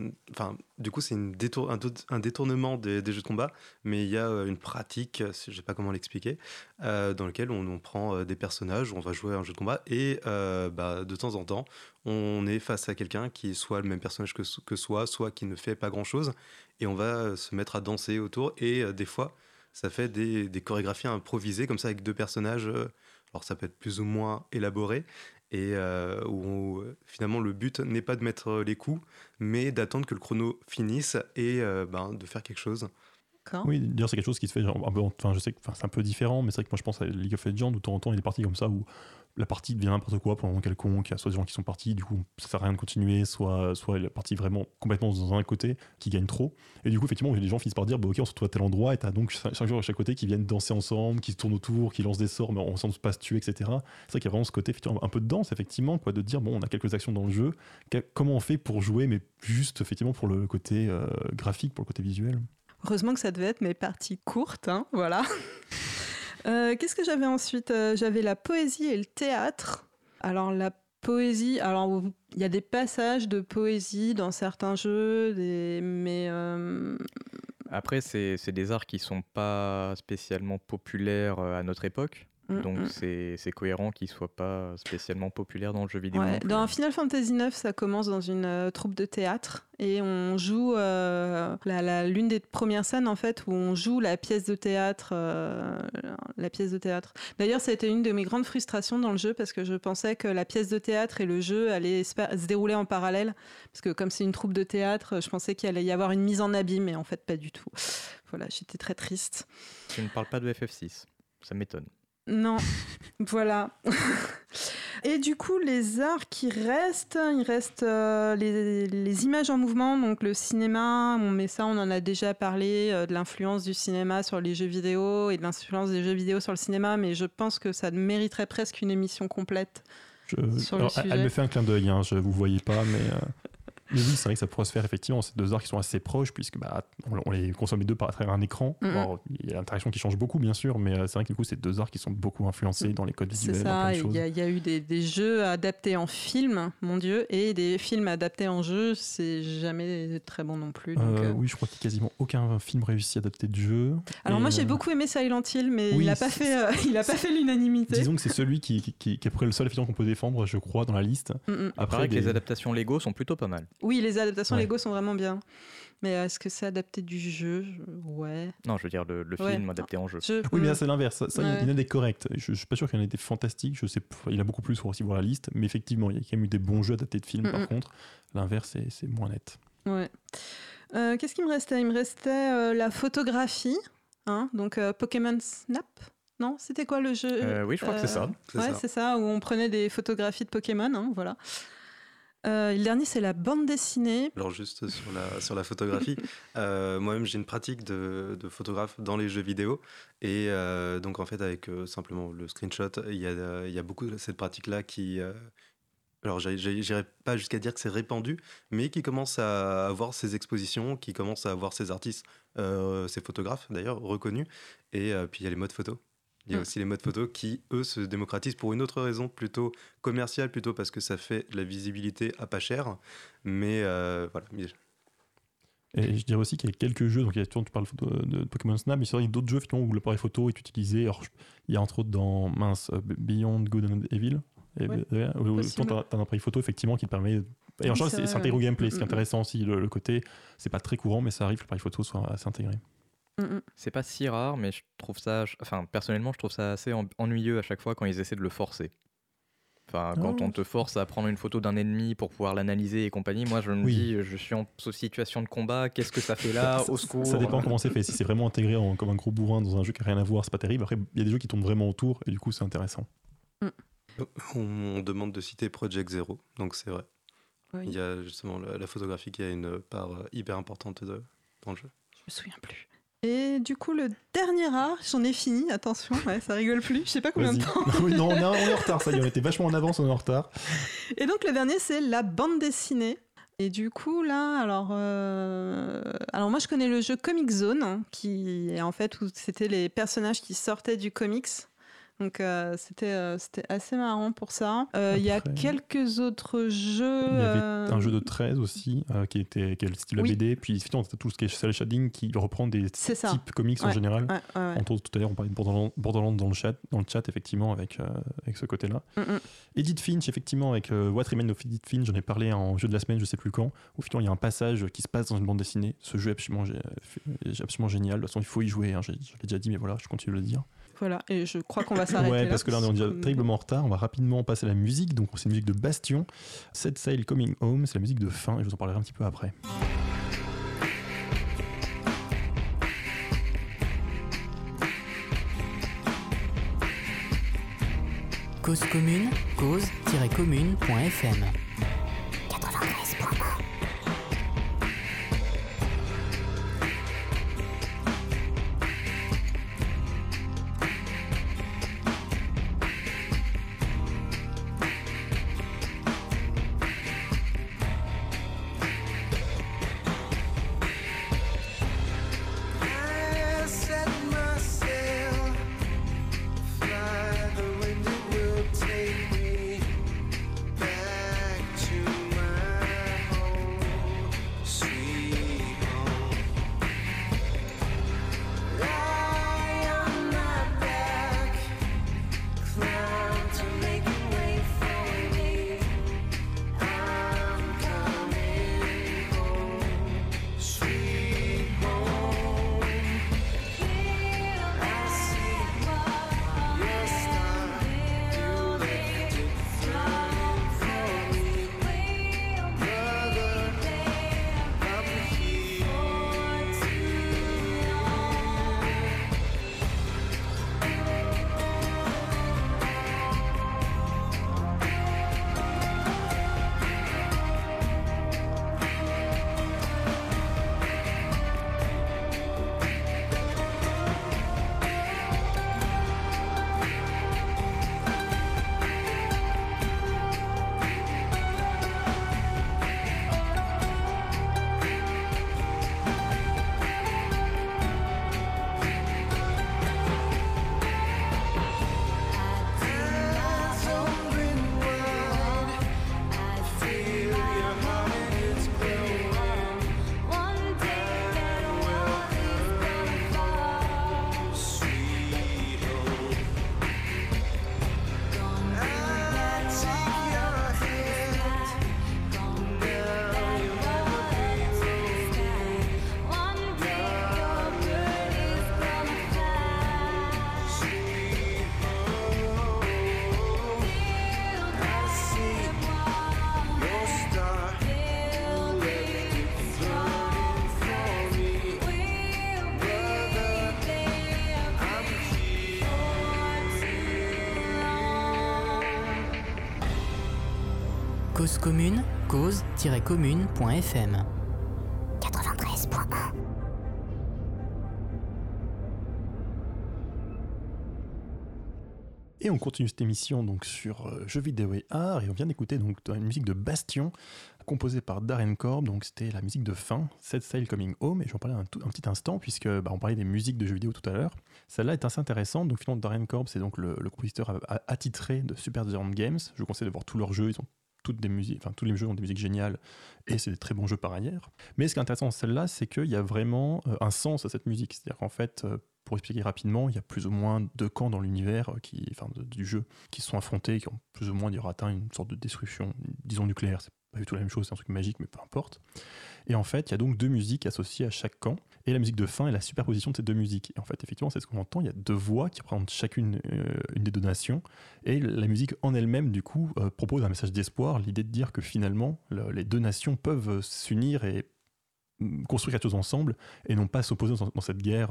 du coup, c'est un détournement des jeux de combat, mais il y a une pratique, je ne sais pas comment l'expliquer, dans lequel on prend des personnages, on va jouer à un jeu de combat, et de temps en temps, on est face à quelqu'un qui est soit le même personnage que soi, soit qui ne fait pas grand-chose, et on va se mettre à danser autour, et des fois, ça fait des chorégraphies improvisées, comme ça, avec deux personnages. Alors ça peut être plus ou moins élaboré, et où finalement le but n'est pas de mettre les coups, mais d'attendre que le chrono finisse et de faire quelque chose.
Oui, d'ailleurs c'est quelque chose qui se fait un peu, enfin je sais que c'est un peu différent, mais c'est vrai que moi je pense à League of Legends où de temps en temps il y a des parties comme ça où la partie devient n'importe quoi pour un moment quelconque, il y a soit des gens qui sont partis, du coup ça sert à rien de continuer, soit la partie vraiment complètement dans un côté qui gagne trop, et du coup effectivement les gens finissent par dire ok on se retrouve à tel endroit et t'as donc 5 joueurs à chaque côté qui viennent danser ensemble, qui se tournent autour, qui lancent des sorts mais on ne pas se tuer, etc. C'est vrai qu'il y a vraiment ce côté effectivement un peu de danse effectivement, quoi, de dire bon on a quelques actions dans le jeu, comment on fait pour jouer mais juste effectivement pour le côté graphique, pour le côté visuel.
Heureusement que ça devait être mes parties courtes, hein, voilà. Qu'est-ce que j'avais ensuite? J'avais la poésie et le théâtre. Alors la poésie, alors il y a des passages de poésie dans certains jeux, mais
après c'est des arts qui sont pas spécialement populaires à notre époque. Donc c'est cohérent qu'ils ne soient pas spécialement populaires dans le jeu vidéo.
Ouais, dans Final Fantasy IX, ça commence dans une troupe de théâtre et on joue l'une des premières scènes en fait où on joue la pièce de théâtre. D'ailleurs, ça a été une de mes grandes frustrations dans le jeu parce que je pensais que la pièce de théâtre et le jeu allaient se dérouler en parallèle parce que comme c'est une troupe de théâtre, je pensais qu'il allait y avoir une mise en abîme, mais en fait pas du tout. Voilà, j'étais très triste.
Tu ne parles pas de FF6, ça m'étonne.
Non, voilà. Et du coup, les arts qui restent, il reste les images en mouvement, donc le cinéma, mais ça, on en a déjà parlé, de l'influence du cinéma sur les jeux vidéo et de l'influence des jeux vidéo sur le cinéma, mais je pense que ça mériterait presque une émission complète sur le sujet.
Elle me fait un clin d'œil, hein, je ne vous voyez pas, mais oui, c'est vrai que ça pourrait se faire effectivement. C'est deux arts qui sont assez proches puisque on les consomme les deux à travers un écran. Alors, il y a l'interaction qui change beaucoup, bien sûr, mais c'est vrai que du coup, c'est deux arts qui sont beaucoup influencés dans les codes visuels.
C'est ça, il y a eu des jeux adaptés en film, mon Dieu, et des films adaptés en jeu, c'est jamais très bon non plus. Donc,
Oui, je crois qu'il n'y a quasiment aucun film réussi à adapter de jeu.
Alors moi, j'ai beaucoup aimé Silent Hill, mais il n'a pas fait l'unanimité.
Disons que c'est celui qui est près le seul effectivement qu'on peut défendre, je crois, dans la liste.
Après, que les adaptations Lego sont plutôt pas mal.
Oui, les adaptations Lego sont vraiment bien. Mais est-ce que c'est adapté du jeu ? Ouais.
Non, je veux dire le film adapté en jeu.
Oui, mais là, c'est l'inverse. Ça, il y en a des corrects. Je ne suis pas sûr qu'il y en ait des fantastiques. Je sais, il y en a beaucoup plus, il faut aussi voir la liste. Mais effectivement, il y a quand même eu des bons jeux adaptés de films, par contre. L'inverse, c'est moins net.
Ouais. Qu'est-ce qu'il me restait ? Il me restait la photographie. Hein, donc Pokémon Snap ? Non, c'était quoi le jeu ?
Oui, je crois que c'est ça.
C'est ça, où on prenait des photographies de Pokémon. Hein, voilà. Le dernier, c'est la bande dessinée.
Alors juste sur la photographie, moi-même j'ai une pratique de photographe dans les jeux vidéo et donc en fait avec simplement le screenshot, il y a beaucoup de cette pratique-là qui... alors j'irai pas jusqu'à dire que c'est répandu, mais qui commence à avoir ses expositions, qui commence à avoir ses artistes, ses photographes d'ailleurs reconnus, et puis il y a les modes photo. Il y a aussi les modes photo qui, eux, se démocratisent pour une autre raison, plutôt commerciale, plutôt parce que ça fait de la visibilité à pas cher. Mais voilà.
Et je dirais aussi qu'il y a quelques jeux, donc tu parles de Pokémon Snap, mais c'est vrai qu'il y a d'autres jeux où l'appareil photo est utilisé. Alors, il y a entre autres dans Beyond Good and Evil. T'as un appareil photo effectivement qui te permet. Et en général, c'est intégré au gameplay. Ce qui est intéressant aussi, le côté, c'est pas très courant, mais ça arrive que l'appareil photo soit assez intégré.
C'est pas si rare, mais je trouve ça, personnellement, je trouve ça assez ennuyeux à chaque fois quand ils essaient de le forcer. Quand on te force à prendre une photo d'un ennemi pour pouvoir l'analyser et compagnie, moi je me dis, je suis en situation de combat, qu'est-ce que ça fait là, au secours.
Ça dépend comment c'est fait. Si c'est vraiment intégré comme un gros bourrin dans un jeu qui n'a rien à voir, c'est pas terrible. Après, il y a des jeux qui tombent vraiment autour et du coup, c'est intéressant.
On demande de citer Project Zero, donc c'est vrai.
Oui.
Il y a justement la photographie qui a une part hyper importante dans le jeu.
Je me souviens plus. Et du coup, le dernier art, j'en ai fini, attention, ça rigole plus, je sais pas combien de temps.
Oui, non, on est en retard, ça y est, on était vachement en avance, on est en retard.
Et donc, le dernier, c'est la bande dessinée. Et du coup, là, alors moi, je connais le jeu Comic Zone, hein, qui est en fait où c'était les personnages qui sortaient du comics. Donc c'était assez marrant pour ça. Il y a quelques autres jeux.
Il y avait un jeu de 13 aussi, qui est le style BD. Puis effectivement, c'était tout ce qui est cel shading qui reprend des types comics en général. Entre autres, tout à l'heure, on parlait de Borderlands dans le chat, effectivement, avec ce côté-là. Edith Finch, effectivement, avec What Remains of Edith Finch, j'en ai parlé en jeu de la semaine, je sais plus quand, où effectivement, il y a un passage qui se passe dans une bande dessinée. Ce jeu est absolument génial. De toute façon, il faut y jouer. Hein. Je l'ai déjà dit, mais voilà, je continue de le dire.
Voilà, et je crois qu'on va s'arrêter là.
Parce que là, on est déjà terriblement en retard. On va rapidement passer à la musique. Donc, c'est une musique de Bastion. Set Sail Coming Home, c'est la musique de fin, et je vous en parlerai un petit peu après.
Cause commune, cause-commune.fm 93.1.
Back
Cause commune, cause-commune.fm
93.1.
Et on continue cette émission donc sur jeux vidéo et art, et on vient d'écouter donc une musique de Bastion composée par Darren Korb. Donc c'était la musique de fin, Set Sail Coming Home, et j'en parlais un petit instant puisque on parlait des musiques de jeux vidéo tout à l'heure. Celle-là est assez intéressante. Donc finalement Darren Korb, c'est donc le compositeur attitré de Super Giant Games. Je vous conseille de voir tous leurs jeux, ils ont toutes des musiques, enfin tous les jeux ont des musiques géniales et c'est des très bons jeux par ailleurs. Mais ce qui est intéressant dans celle-là, c'est qu'il y a vraiment un sens à cette musique. C'est-à-dire qu'en fait, pour expliquer rapidement, il y a plus ou moins 2 camps dans l'univers du jeu qui se sont affrontés, qui ont plus ou moins atteint une sorte de destruction, disons nucléaire. C'est pas du tout la même chose, c'est un truc magique, mais peu importe. Et en fait, il y a donc 2 musiques associées à chaque camp, et la musique de fin est la superposition de ces 2 musiques. Et en fait, effectivement, c'est ce qu'on entend, il y a 2 voix qui représentent chacune une des 2 nations, et la musique en elle-même, du coup, propose un message d'espoir, l'idée de dire que finalement, les 2 nations peuvent s'unir et construire quelque chose ensemble, et non pas s'opposer dans cette guerre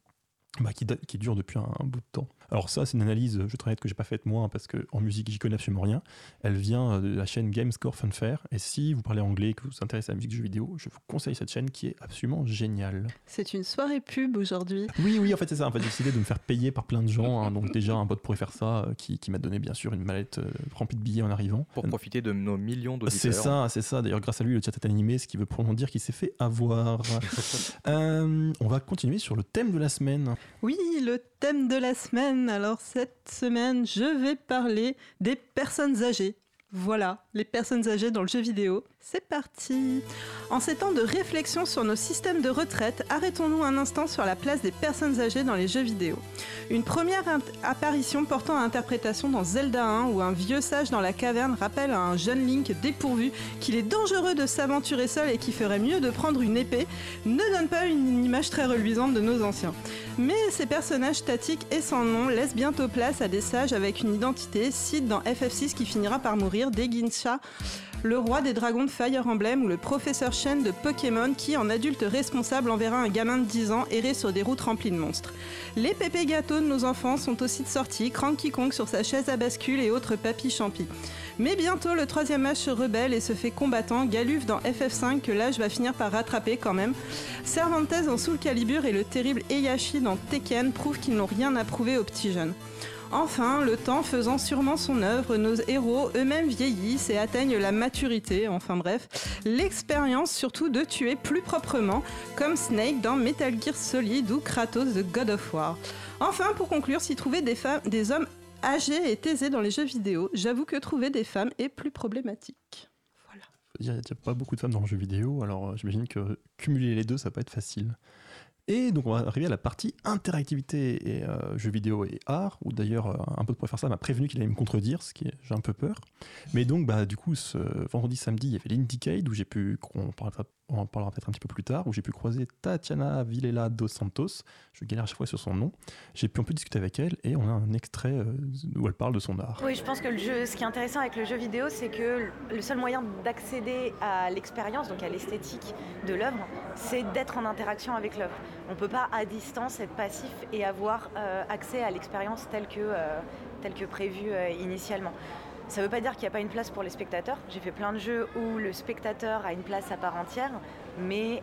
qui dure depuis un bout de temps. Alors ça, c'est une analyse, je te honnête, que j'ai pas faite moi, parce qu'en musique, j'y connais absolument rien. Elle vient de la chaîne Game Score Funfair, et si vous parlez anglais et que vous vous intéressez à la musique de jeux vidéo, je vous conseille cette chaîne qui est absolument géniale.
C'est une soirée pub aujourd'hui.
Oui, en fait c'est ça. En fait, j'ai décidé de me faire payer par plein de gens, hein. Donc déjà un pote pourrait faire ça, qui m'a donné bien sûr une mallette remplie de billets en arrivant.
Pour profiter de nos millions d'auditeurs.
C'est ça. D'ailleurs, grâce à lui, le chat est animé, ce qui veut probablement dire qu'il s'est fait avoir. On va continuer sur le thème de la semaine.
Oui, le thème de la semaine. Alors cette semaine, je vais parler des personnes âgées. Voilà, les personnes âgées dans le jeu vidéo. C'est parti. En ces temps de réflexion sur nos systèmes de retraite, arrêtons-nous un instant sur la place des personnes âgées dans les jeux vidéo. Une première apparition portant à interprétation dans Zelda 1, où un vieux sage dans la caverne rappelle à un jeune Link dépourvu qu'il est dangereux de s'aventurer seul et qu'il ferait mieux de prendre une épée, ne donne pas une image très reluisante de nos anciens. Mais ces personnages statiques et sans nom laissent bientôt place à des sages avec une identité, Cid dans FF6 qui finira par mourir, Degincha, le roi des dragons de Fire Emblem, ou le professeur Shen de Pokémon qui, en adulte responsable, enverra un gamin de 10 ans errer sur des routes remplies de monstres. Les pépés gâteaux de nos enfants sont aussi de sortie, Cranky Kong sur sa chaise à bascule et autres papis champis. Mais bientôt, le 3e âge se rebelle et se fait combattant, Galuf dans FF5 que l'âge va finir par rattraper quand même. Cervantes en Soul Calibur et le terrible Heihachi dans Tekken prouvent qu'ils n'ont rien à prouver aux petits jeunes. Enfin, le temps faisant sûrement son œuvre, nos héros eux-mêmes vieillissent et atteignent la maturité, enfin bref, l'expérience surtout de tuer plus proprement, comme Snake dans Metal Gear Solid ou Kratos de God of War. Enfin, pour conclure, si trouver des hommes âgés et aisés dans les jeux vidéo, j'avoue que trouver des femmes est plus problématique. Voilà.
Il n'y a pas beaucoup de femmes dans le jeu vidéo, alors j'imagine que cumuler les deux, ça va pas être facile. Et donc on va arriver à la partie interactivité et jeux vidéo et art, où d'ailleurs un pote pour faire ça m'a prévenu qu'il allait me contredire, j'ai un peu peur. Mais donc du coup ce vendredi samedi il y avait l'Indiecade où on en parlera peut-être un petit peu plus tard, où j'ai pu croiser Tatiana Vilela dos Santos, je galère à chaque fois sur son nom. J'ai pu un peu discuter avec elle et on a un extrait où elle parle de son art.
Oui, je pense que ce qui est intéressant avec le jeu vidéo, c'est que le seul moyen d'accéder à l'expérience, donc à l'esthétique de l'œuvre, c'est d'être en interaction avec l'œuvre. On ne peut pas à distance être passif et avoir accès à l'expérience telle que prévue initialement. Ça ne veut pas dire qu'il n'y a pas une place pour les spectateurs. J'ai fait plein de jeux où le spectateur a une place à part entière, mais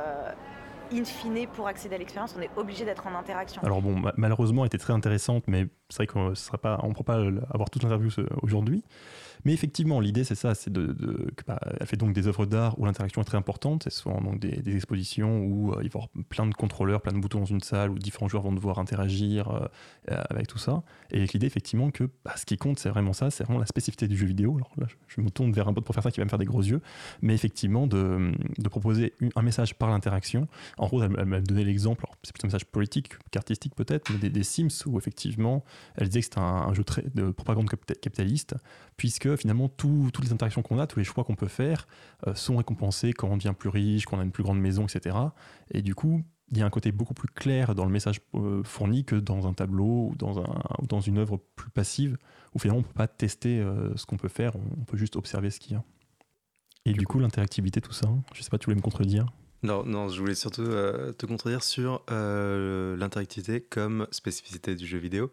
in fine, pour accéder à l'expérience, on est obligé d'être en interaction. Alors
bon, malheureusement, elle était très intéressante, mais c'est vrai qu'on ne pourra pas avoir toute l'interview aujourd'hui. Mais effectivement, l'idée, c'est ça, c'est elle fait donc des œuvres d'art où l'interaction est très importante. Ce sont donc des expositions où il va y avoir plein de contrôleurs, plein de boutons dans une salle où différents joueurs vont devoir interagir avec tout ça. Et avec l'idée, effectivement, que ce qui compte, c'est vraiment ça, c'est vraiment la spécificité du jeu vidéo. Alors là, je me tourne vers un pote pour faire ça qui va me faire des gros yeux. Mais effectivement, de proposer un message par l'interaction. En gros, elle m'a donné l'exemple, alors c'est plutôt un message politique qu'artistique peut-être, mais des Sims où effectivement, elle disait que c'était un jeu de propagande capitaliste, puisque finalement toutes les interactions qu'on a, tous les choix qu'on peut faire sont récompensés quand on devient plus riche, quand on a une plus grande maison, etc. Et du coup, il y a un côté beaucoup plus clair dans le message fourni que dans un tableau ou dans une œuvre plus passive, où finalement on ne peut pas tester ce qu'on peut faire, on peut juste observer ce qu'il y a. Et du coup, l'interactivité, tout ça, je ne sais pas, tu voulais me contredire ?
Non, je voulais surtout te contredire sur l'interactivité comme spécificité du jeu vidéo.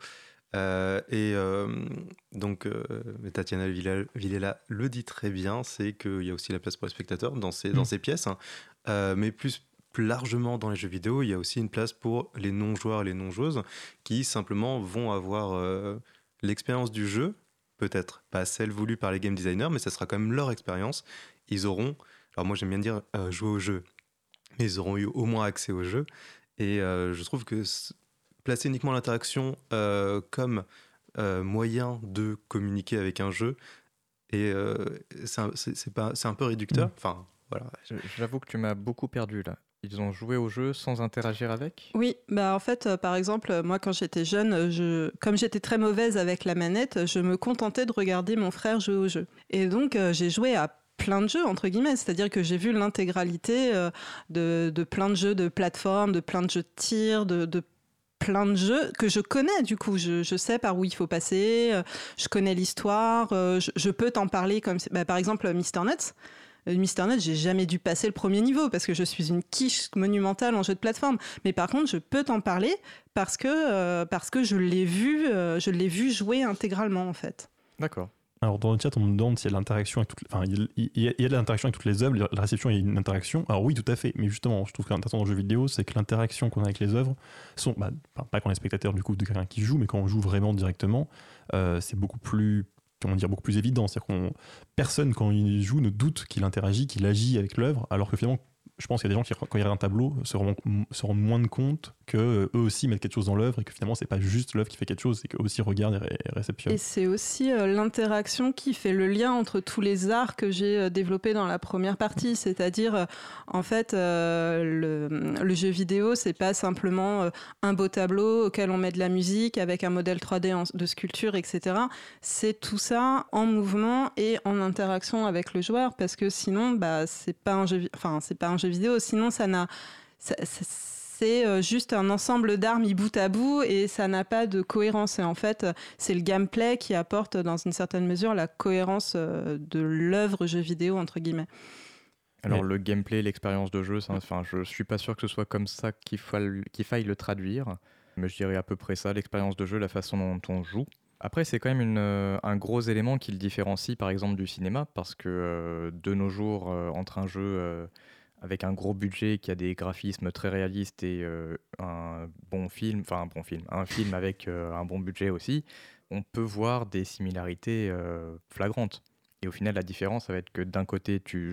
Donc, Tatiana Villela le dit très bien, c'est qu'il y a aussi la place pour les spectateurs dans ces pièces, hein. Mais plus largement dans les jeux vidéo, il y a aussi une place pour les non-joueurs et les non-joueuses qui simplement vont avoir l'expérience du jeu, peut-être pas celle voulue par les game designers, mais ça sera quand même leur expérience. Ils auront, alors moi j'aime bien dire jouer au jeu, mais ils auront eu au moins accès au jeu. Et je trouve que placer uniquement l'interaction comme moyen de communiquer avec un jeu, et c'est un peu réducteur. Enfin, voilà.
J'avoue que tu m'as beaucoup perdu là. Ils ont joué au jeu sans interagir avec ?
Oui, bah en fait, par exemple, moi quand j'étais jeune, comme j'étais très mauvaise avec la manette, je me contentais de regarder mon frère jouer au jeu. Et donc j'ai joué à plein de jeux, entre guillemets, c'est-à-dire que j'ai vu l'intégralité de plein de jeux de plateforme, de plein de jeux de tir, de plein de jeux que je connais, du coup, je sais par où il faut passer, je connais l'histoire, je peux t'en parler comme... par exemple, Mister Nuts, j'ai jamais dû passer le premier niveau parce que je suis une quiche monumentale en jeu de plateforme. Mais par contre, je peux t'en parler parce que je l'ai vu jouer intégralement, en fait.
D'accord.
Alors dans le chat, on me demande s'il y a de l'interaction avec il y a de l'interaction avec toutes les œuvres, la réception, il y a une interaction. Alors oui, tout à fait, mais justement, je trouve qu'intéressant dans le jeu vidéo, c'est que l'interaction qu'on a avec les œuvres sont, pas quand on est spectateur du coup de quelqu'un qui joue, mais quand on joue vraiment directement, c'est beaucoup plus évident. C'est-à-dire que personne, quand il joue, ne doute qu'il interagit, qu'il agit avec l'œuvre, alors que finalement, je pense qu'il y a des gens qui, quand ils regardent un tableau, se rendent moins de compte qu'eux aussi mettent quelque chose dans l'œuvre et que finalement, c'est pas juste l'œuvre qui fait quelque chose, c'est qu'eux aussi regardent et réceptionnent.
Et c'est aussi l'interaction qui fait le lien entre tous les arts que j'ai développés dans la première partie. C'est-à-dire, en fait, le jeu vidéo, c'est pas simplement un beau tableau auquel on met de la musique avec un modèle 3D de sculpture, etc. C'est tout ça en mouvement et en interaction avec le joueur, parce que sinon, c'est pas un jeu vidéo. Sinon, c'est juste un ensemble d'arts mis bout à bout et ça n'a pas de cohérence. Et en fait, c'est le gameplay qui apporte dans une certaine mesure la cohérence de l'œuvre jeu vidéo, entre guillemets.
Alors le gameplay, l'expérience de jeu, je suis pas sûr que ce soit comme ça qu'il faille le traduire, mais je dirais à peu près ça, l'expérience de jeu, la façon dont on joue. Après, c'est quand même un gros élément qui le différencie par exemple du cinéma, parce que de nos jours, entre un jeu avec un gros budget qui a des graphismes très réalistes et un film avec un bon budget aussi, on peut voir des similarités flagrantes. Et au final, la différence, ça va être que d'un côté, tu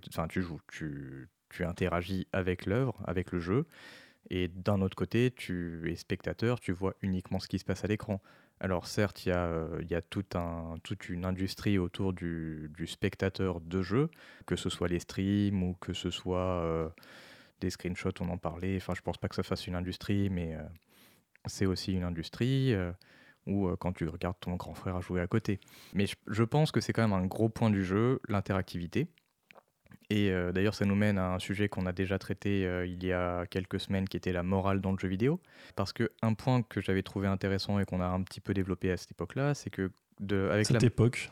interagis avec l'œuvre, avec le jeu, et d'un autre côté, tu es spectateur, tu vois uniquement ce qui se passe à l'écran. Alors certes, il y a toute une industrie autour du spectateur de jeu, que ce soit les streams ou que ce soit des screenshots, on en parlait. Enfin, je pense pas que ça fasse une industrie, mais c'est aussi une industrie ou quand tu regardes ton grand frère jouer à côté. Mais je pense que c'est quand même un gros point du jeu, l'interactivité. Et d'ailleurs, ça nous mène à un sujet qu'on a déjà traité il y a quelques semaines, qui était la morale dans le jeu vidéo. Parce qu'un point que j'avais trouvé intéressant et qu'on a un petit peu développé à cette époque-là, c'est que à cette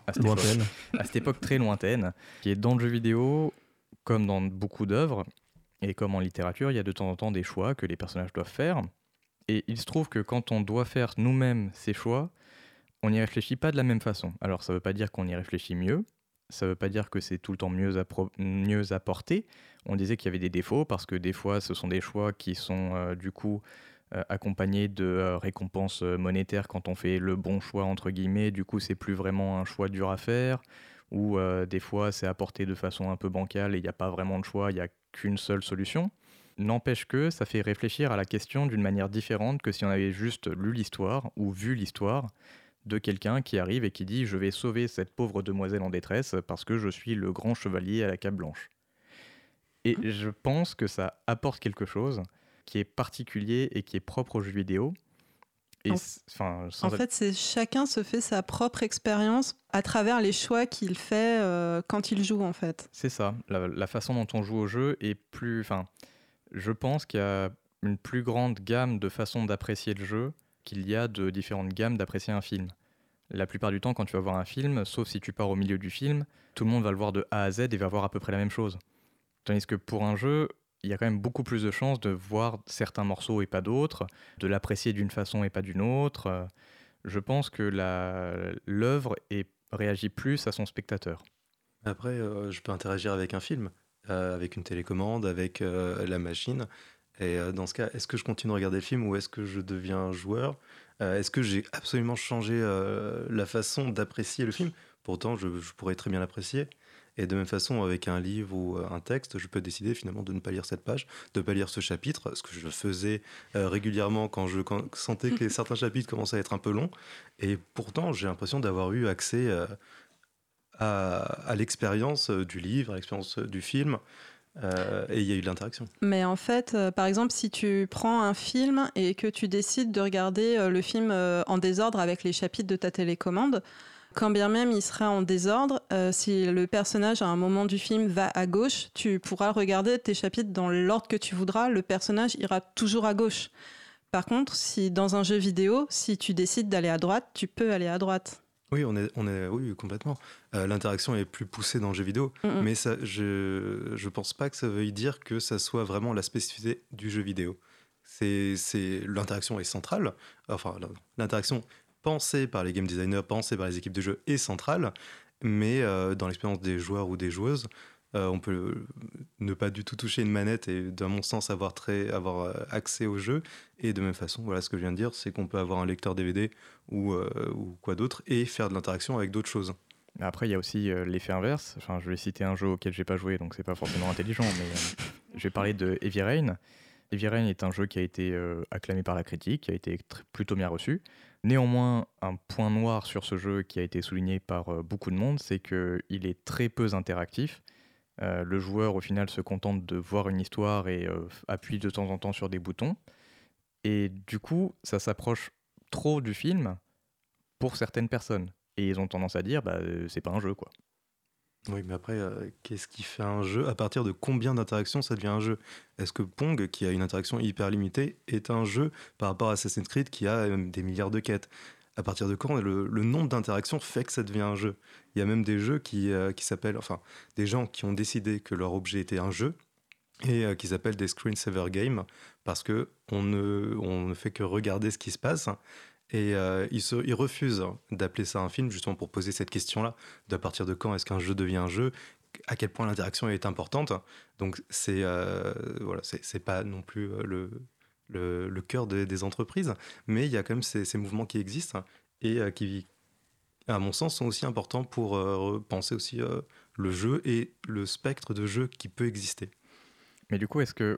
époque très lointaine, qui est dans le jeu vidéo, comme dans beaucoup d'œuvres, et comme en littérature, il y a de temps en temps des choix que les personnages doivent faire. Et il se trouve que quand on doit faire nous-mêmes ces choix, on n'y réfléchit pas de la même façon. Alors ça ne veut pas dire qu'on y réfléchit mieux, ça ne veut pas dire que c'est tout le temps mieux apporté. On disait qu'il y avait des défauts, parce que des fois, ce sont des choix qui sont accompagnés de récompenses monétaires quand on fait le bon choix, entre guillemets. Du coup, c'est plus vraiment un choix dur à faire. Ou des fois, c'est apporté de façon un peu bancale et il n'y a pas vraiment de choix, il n'y a qu'une seule solution. N'empêche que ça fait réfléchir à la question d'une manière différente que si on avait juste lu l'histoire ou vu l'histoire de quelqu'un qui arrive et qui dit « Je vais sauver cette pauvre demoiselle en détresse parce que je suis le grand chevalier à la cape blanche ». Et je pense que ça apporte quelque chose qui est particulier et qui est propre aux jeux vidéo. Et
en fait, chacun se fait sa propre expérience à travers les choix qu'il fait quand il joue, en fait.
C'est ça. La façon dont on joue au jeu est plus... je pense qu'il y a une plus grande gamme de façons d'apprécier le jeu qu'il y a de différentes gammes d'apprécier un film. La plupart du temps, quand tu vas voir un film, sauf si tu pars au milieu du film, tout le monde va le voir de A à Z et va voir à peu près la même chose. Tandis que pour un jeu, il y a quand même beaucoup plus de chances de voir certains morceaux et pas d'autres, de l'apprécier d'une façon et pas d'une autre. je pense que l'œuvre réagit plus à son spectateur.
Après, je peux interagir avec un film, avec une télécommande, avec la machine. Et dans ce cas, est-ce que je continue de regarder le film ou est-ce que je deviens joueur ? Est-ce que j'ai absolument changé la façon d'apprécier le film ? Pourtant, je pourrais très bien l'apprécier. Et de même façon, avec un livre ou un texte, je peux décider finalement de ne pas lire cette page, de ne pas lire ce chapitre, ce que je faisais régulièrement quand je sentais que certains chapitres commençaient à être un peu longs. Et pourtant, j'ai l'impression d'avoir eu accès à l'expérience du livre, à l'expérience du film. Et il y a eu de l'interaction.
Mais en fait, par exemple, si tu prends un film et que tu décides de regarder le film en désordre avec les chapitres de ta télécommande, quand bien même il sera en désordre, si le personnage à un moment du film va à gauche, tu pourras regarder tes chapitres dans l'ordre que tu voudras, le personnage ira toujours à gauche. Par contre, si dans un jeu vidéo, si tu décides d'aller à droite, tu peux aller à droite.
Oui, oui, complètement. L'interaction est plus poussée dans le jeu vidéo, mais ça, je pense pas que ça veuille dire que ça soit vraiment la spécificité du jeu vidéo. L'interaction est centrale, enfin l'interaction pensée par les game designers, pensée par les équipes de jeu est centrale, mais dans l'expérience des joueurs ou des joueuses, on peut ne pas du tout toucher une manette et, dans mon sens, avoir accès au jeu. Et de même façon, voilà ce que je viens de dire, c'est qu'on peut avoir un lecteur DVD ou quoi d'autre et faire de l'interaction avec d'autres choses.
Après, il y a aussi l'effet inverse. Enfin, je vais citer un jeu auquel j'ai pas joué, donc c'est pas forcément intelligent, mais je vais parler de Heavy Rain. Heavy Rain est un jeu qui a été acclamé par la critique, qui a été plutôt bien reçu. Néanmoins, un point noir sur ce jeu qui a été souligné par beaucoup de monde, c'est qu'il est très peu interactif. Le joueur, au final, se contente de voir une histoire et appuie de temps en temps sur des boutons. Et du coup, ça s'approche trop du film pour certaines personnes. Et ils ont tendance à dire, c'est pas un jeu, quoi.
Oui, mais après, qu'est-ce qui fait un jeu ? À partir de combien d'interactions ça devient un jeu ? Est-ce que Pong, qui a une interaction hyper limitée, est un jeu par rapport à Assassin's Creed qui a des milliards de quêtes ? À partir de quand le nombre d'interactions fait que ça devient un jeu ? Il y a même des jeux qui s'appellent, enfin, des gens qui ont décidé que leur objet était un jeu et qui s'appellent des screensaver games parce qu'on ne fait que regarder ce qui se passe. Et ils refusent d'appeler ça un film justement pour poser cette question-là d'à partir de quand est-ce qu'un jeu devient un jeu, à quel point l'interaction est importante. Donc c'est pas non plus le cœur des entreprises, mais il y a quand même ces mouvements qui existent et qui, à mon sens, sont aussi importants pour penser aussi le jeu et le spectre de jeu qui peut exister.
Mais du coup, est-ce que...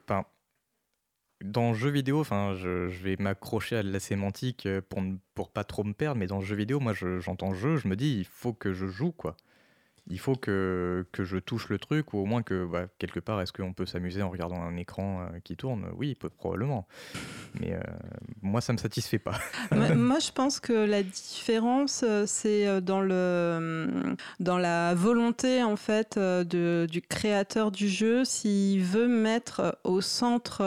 Dans le jeu vidéo, je vais m'accrocher à la sémantique pour pas trop me perdre, mais dans le jeu vidéo, moi j'entends jeu, je me dis il faut que je joue, quoi. Il faut que je touche le truc, ou au moins que quelque part, est-ce qu'on peut s'amuser en regardant un écran qui tourne ? Oui, probablement. Mais moi, ça me satisfait pas.
Moi, je pense que la différence, c'est dans la volonté en fait du créateur du jeu, s'il veut mettre au centre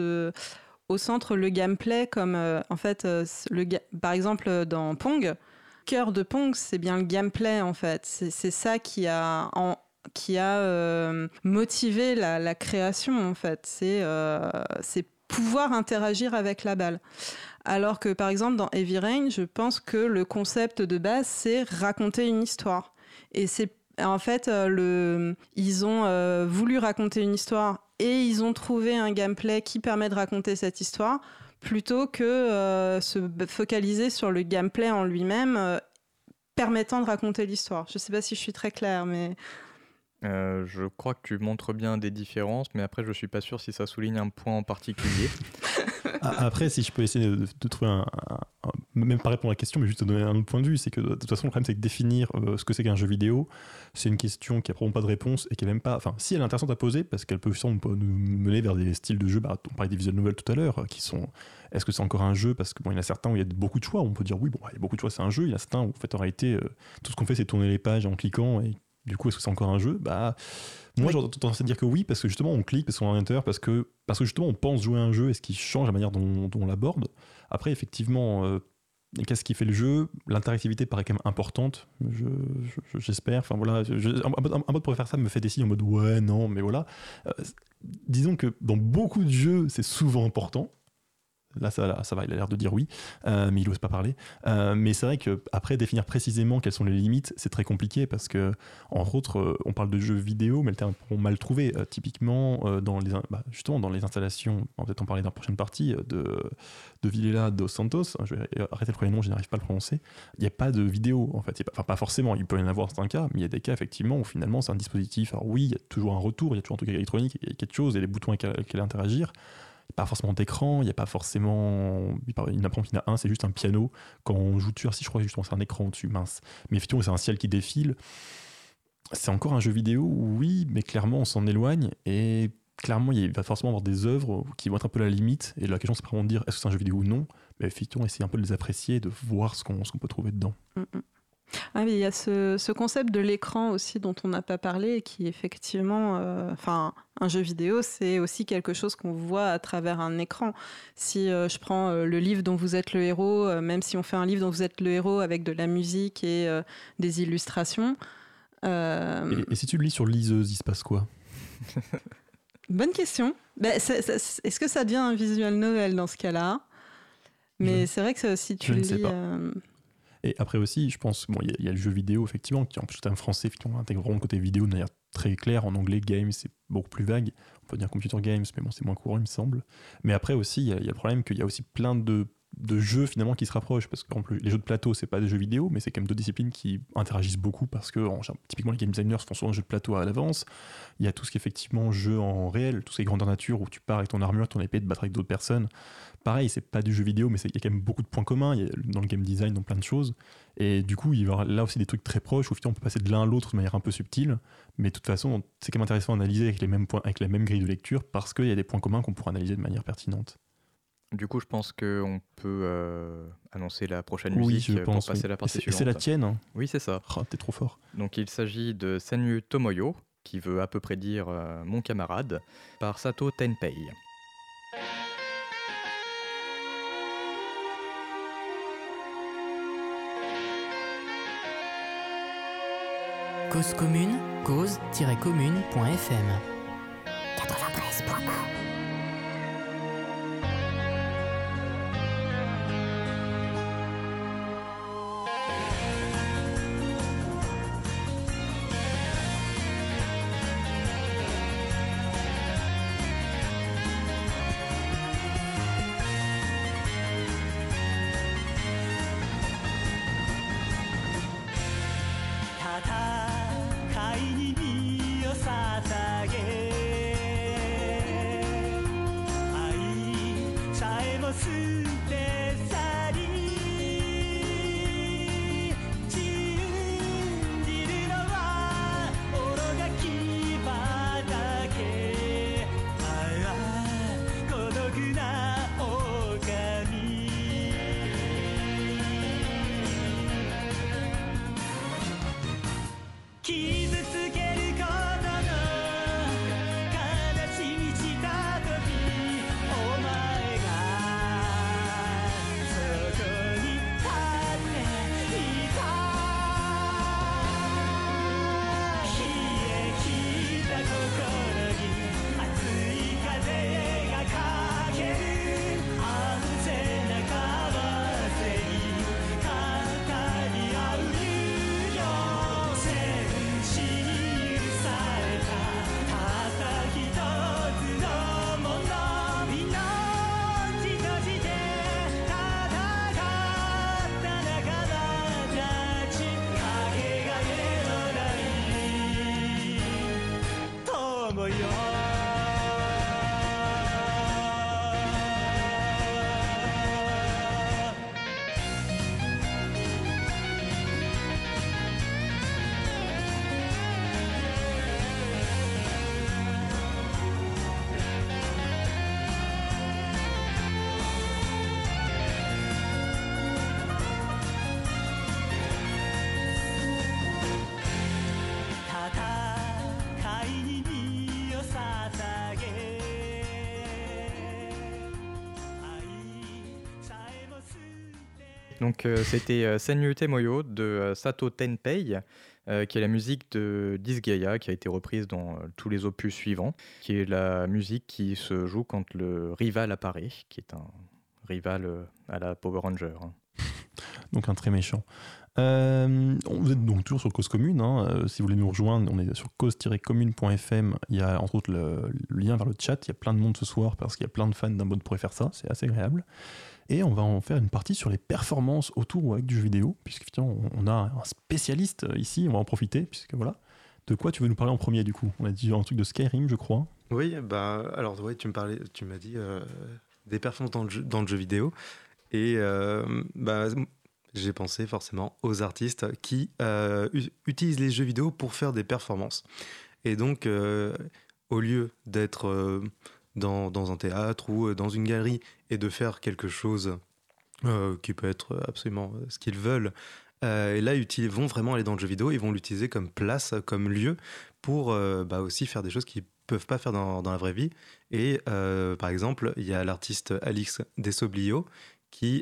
le gameplay, comme en fait, par exemple dans Pong. Le cœur de Pong, c'est bien le gameplay en fait. C'est ça qui a motivé la création en fait. C'est pouvoir interagir avec la balle. Alors que par exemple dans Heavy Rain, je pense que le concept de base, c'est raconter une histoire. Et c'est en fait, ils ont voulu raconter une histoire et ils ont trouvé un gameplay qui permet de raconter cette histoire, plutôt que se focaliser sur le gameplay en lui-même permettant de raconter l'histoire. Je ne sais pas si je suis très claire, mais...
Je crois que tu montres bien des différences, mais après je ne suis pas sûr si ça souligne un point en particulier.
Après, si je peux essayer de trouver même pas répondre à la question, mais juste te donner un autre point de vue, c'est que de toute façon le problème c'est que définir ce que c'est qu'un jeu vidéo, c'est une question qui n'a probablement pas de réponse et qui est même pas, enfin si elle est intéressante à poser parce qu'elle peut nous mener vers des styles de jeu, on parlait des visual novels tout à l'heure, qui sont, est-ce que c'est encore un jeu, parce que il y en a certains où il y a beaucoup de choix, on peut dire oui, il y a beaucoup de choix, c'est un jeu, il y en a certains où en fait en réalité tout ce qu'on fait c'est tourner les pages en cliquant, et du coup est-ce que c'est encore un jeu ? Moi, j'ai tendance à dire que oui, parce que justement, on clique, parce qu'on a un enter, parce que justement, on pense jouer à un jeu et ce qui change la manière dont on l'aborde. Après, effectivement, qu'est-ce qui fait le jeu ? L'interactivité paraît quand même importante, j'espère. Enfin, voilà, un mode pour faire ça me fait des signes en mode ouais, non, mais voilà. Disons que dans beaucoup de jeux, c'est souvent important. Là, ça va, il a l'air de dire oui, mais il n'ose pas parler. Mais c'est vrai qu'après, définir précisément quelles sont les limites, c'est très compliqué parce que, entre autres, on parle de jeux vidéo, mais le terme est mal trouvé. Typiquement, justement, dans les installations, on va peut-être en parler dans la prochaine partie, de Vilela dos Santos, je vais arrêter le premier nom, je n'arrive pas à le prononcer, il n'y a pas de vidéo, en fait. Pas forcément, il peut y en avoir, c'est un cas, mais il y a des cas, effectivement, où finalement, c'est un dispositif. Alors oui, il y a toujours un retour, il y a toujours un truc électronique, il y a quelque chose, et les boutons avec lesquels interagir. Il n'y a pas forcément d'écran, il n'y a pas forcément. Il y en a un, c'est juste un piano. Quand on joue dessus, si je crois justement, c'est un écran au-dessus, mince. Mais effectivement, c'est un ciel qui défile. C'est encore un jeu vidéo, oui, mais clairement, on s'en éloigne. Et clairement, il va forcément avoir des œuvres qui vont être un peu la limite. Et la question, c'est pas vraiment de dire est-ce que c'est un jeu vidéo ou non. Mais effectivement, essayer un peu de les apprécier, de voir ce qu'on peut trouver dedans.
Ah, mais il y a ce concept de l'écran aussi dont on n'a pas parlé et qui effectivement, un jeu vidéo, c'est aussi quelque chose qu'on voit à travers un écran. Si je prends le livre dont vous êtes le héros, même si on fait un livre dont vous êtes le héros avec de la musique et des illustrations.
Et si tu le lis sur liseuse, il se passe quoi?
Bonne question. Est-ce que ça devient un visual novel dans ce cas-là? Mais c'est vrai que si tu le lis...
Et après aussi, je pense, il y a le jeu vidéo, effectivement, qui en plus c'est un français, effectivement, intègre vraiment le côté vidéo de manière très claire. En anglais, game, c'est beaucoup plus vague. On peut dire computer games, mais bon, c'est moins courant, il me semble. Mais après aussi, il y a le problème qu'il y a aussi plein de jeux, finalement, qui se rapprochent. Parce que les jeux de plateau, c'est pas des jeux vidéo, mais c'est quand même deux disciplines qui interagissent beaucoup parce que, typiquement, les game designers font souvent un jeu de plateau à l'avance. Il y a tout ce qui est effectivement jeu en réel, tout ce qui est grandeur nature, où tu pars avec ton armure, ton épée, te battre avec d'autres personnes. Pareil, c'est pas du jeu vidéo, mais il y a quand même beaucoup de points communs dans le game design, dans plein de choses. Et du coup, il y aura là aussi des trucs très proches où finalement on peut passer de l'un à l'autre de manière un peu subtile. Mais de toute façon, c'est quand même intéressant d'analyser avec les mêmes points, avec la même grille de lecture, parce qu'il y a des points communs qu'on pourra analyser de manière pertinente.
Du coup, je pense qu'on peut annoncer la prochaine
oui,
musique pour passer à la partie suivante.
C'est la tienne, hein.
Oui, c'est ça.
Oh, t'es trop fort.
Donc il s'agit de Senyu Tomoyo, qui veut à peu près dire mon camarade, par Sato Tenpei.
Cause commune, cause-commune.fm
93.1.
Donc c'était Senyu Tomoyo de Sato Tenpei, qui est la musique de Disgaea, qui a été reprise dans tous les opus suivants, qui est la musique qui se joue quand le rival apparaît, qui est un rival à la Power Ranger. Hein.
Donc un très méchant. Vous êtes donc toujours sur Cause Commune. Si vous voulez nous rejoindre, on est sur cause-commune.fm. Il y a entre autres le lien vers le chat. Il y a plein de monde ce soir parce qu'il y a plein de fans d'un mode pourraient faire ça. C'est assez agréable. Et on va en faire une partie sur les performances autour ou avec du jeu vidéo, puisque on a un spécialiste ici. On va en profiter, puisque voilà. De quoi tu veux nous parler en premier du coup ? On a dit un truc de Skyrim, je crois.
Oui, alors ouais, tu m'as dit des performances dans le jeu vidéo. Et j'ai pensé forcément aux artistes qui utilisent les jeux vidéo pour faire des performances. Et donc, au lieu d'être dans un théâtre ou dans une galerie et de faire quelque chose qui peut être absolument ce qu'ils veulent, et là, ils vont vraiment aller dans le jeu vidéo, ils vont l'utiliser comme place, comme lieu, pour aussi faire des choses qu'ils ne peuvent pas faire dans la vraie vie. Et par exemple, il y a l'artiste Alix Desoblio qui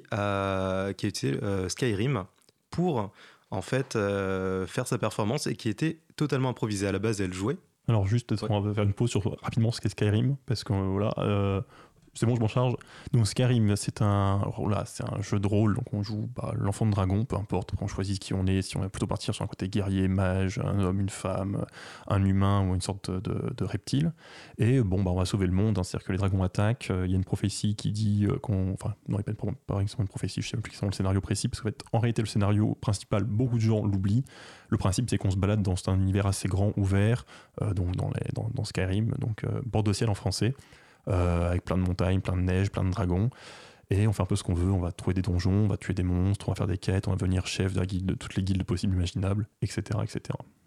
a utilisé Skyrim pour en fait faire sa performance et qui était totalement improvisée. À la base, elle jouait.
Alors juste, on va faire une pause sur rapidement ce qu'est Skyrim, parce que voilà, c'est bon, je m'en charge. Donc Skyrim, c'est un jeu de rôle, donc on joue l'enfant de dragon, peu importe, on choisit qui on est, si on va plutôt partir sur un côté guerrier, mage, un homme, une femme, un humain ou une sorte de reptile. Et on va sauver le monde, c'est-à-dire que les dragons attaquent, il y a une prophétie qui dit non, il n'y a pas exactement une prophétie, je ne sais plus exactement le scénario précis, parce qu'en réalité, le scénario principal, beaucoup de gens l'oublient. Le principe, c'est qu'on se balade dans un univers assez grand, ouvert, donc dans Skyrim, donc bord de ciel en français. Avec plein de montagnes, plein de neige, plein de dragons. Et on fait un peu ce qu'on veut, on va trouver des donjons, on va tuer des monstres, on va faire des quêtes, on va devenir chef de la guilde, de toutes les guildes possibles imaginables, etc. etc.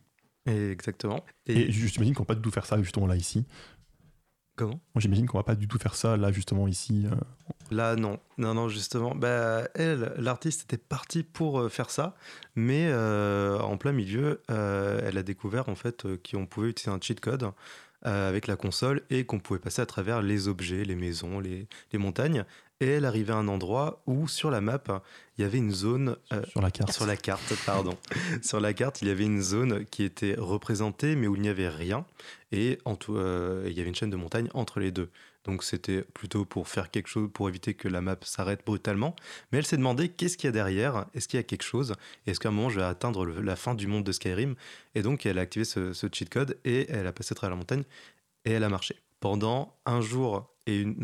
Exactement.
Et j'imagine qu'on va pas du tout faire ça justement là, ici.
Comment ?
Moi, j'imagine qu'on va pas du tout faire ça là, justement, ici.
Là, non, justement. L'artiste était partie pour faire ça, mais en plein milieu, elle a découvert en fait qu'on pouvait utiliser un cheat code avec la console et qu'on pouvait passer à travers les objets, les maisons, les montagnes. Et elle arrivait à un endroit où sur la map, il y avait une zone...
Sur la carte.
Sur la carte, pardon. Sur la carte, il y avait une zone qui était représentée, mais où il n'y avait rien. Et il y avait une chaîne de montagnes entre les deux. Donc c'était plutôt pour faire quelque chose, pour éviter que la map s'arrête brutalement. Mais elle s'est demandé qu'est-ce qu'il y a derrière ? Est-ce qu'il y a quelque chose ? Est-ce qu'à un moment je vais atteindre la fin du monde de Skyrim ? Et donc elle a activé ce cheat code et elle a passé à travers la montagne et elle a marché. Pendant un jour et une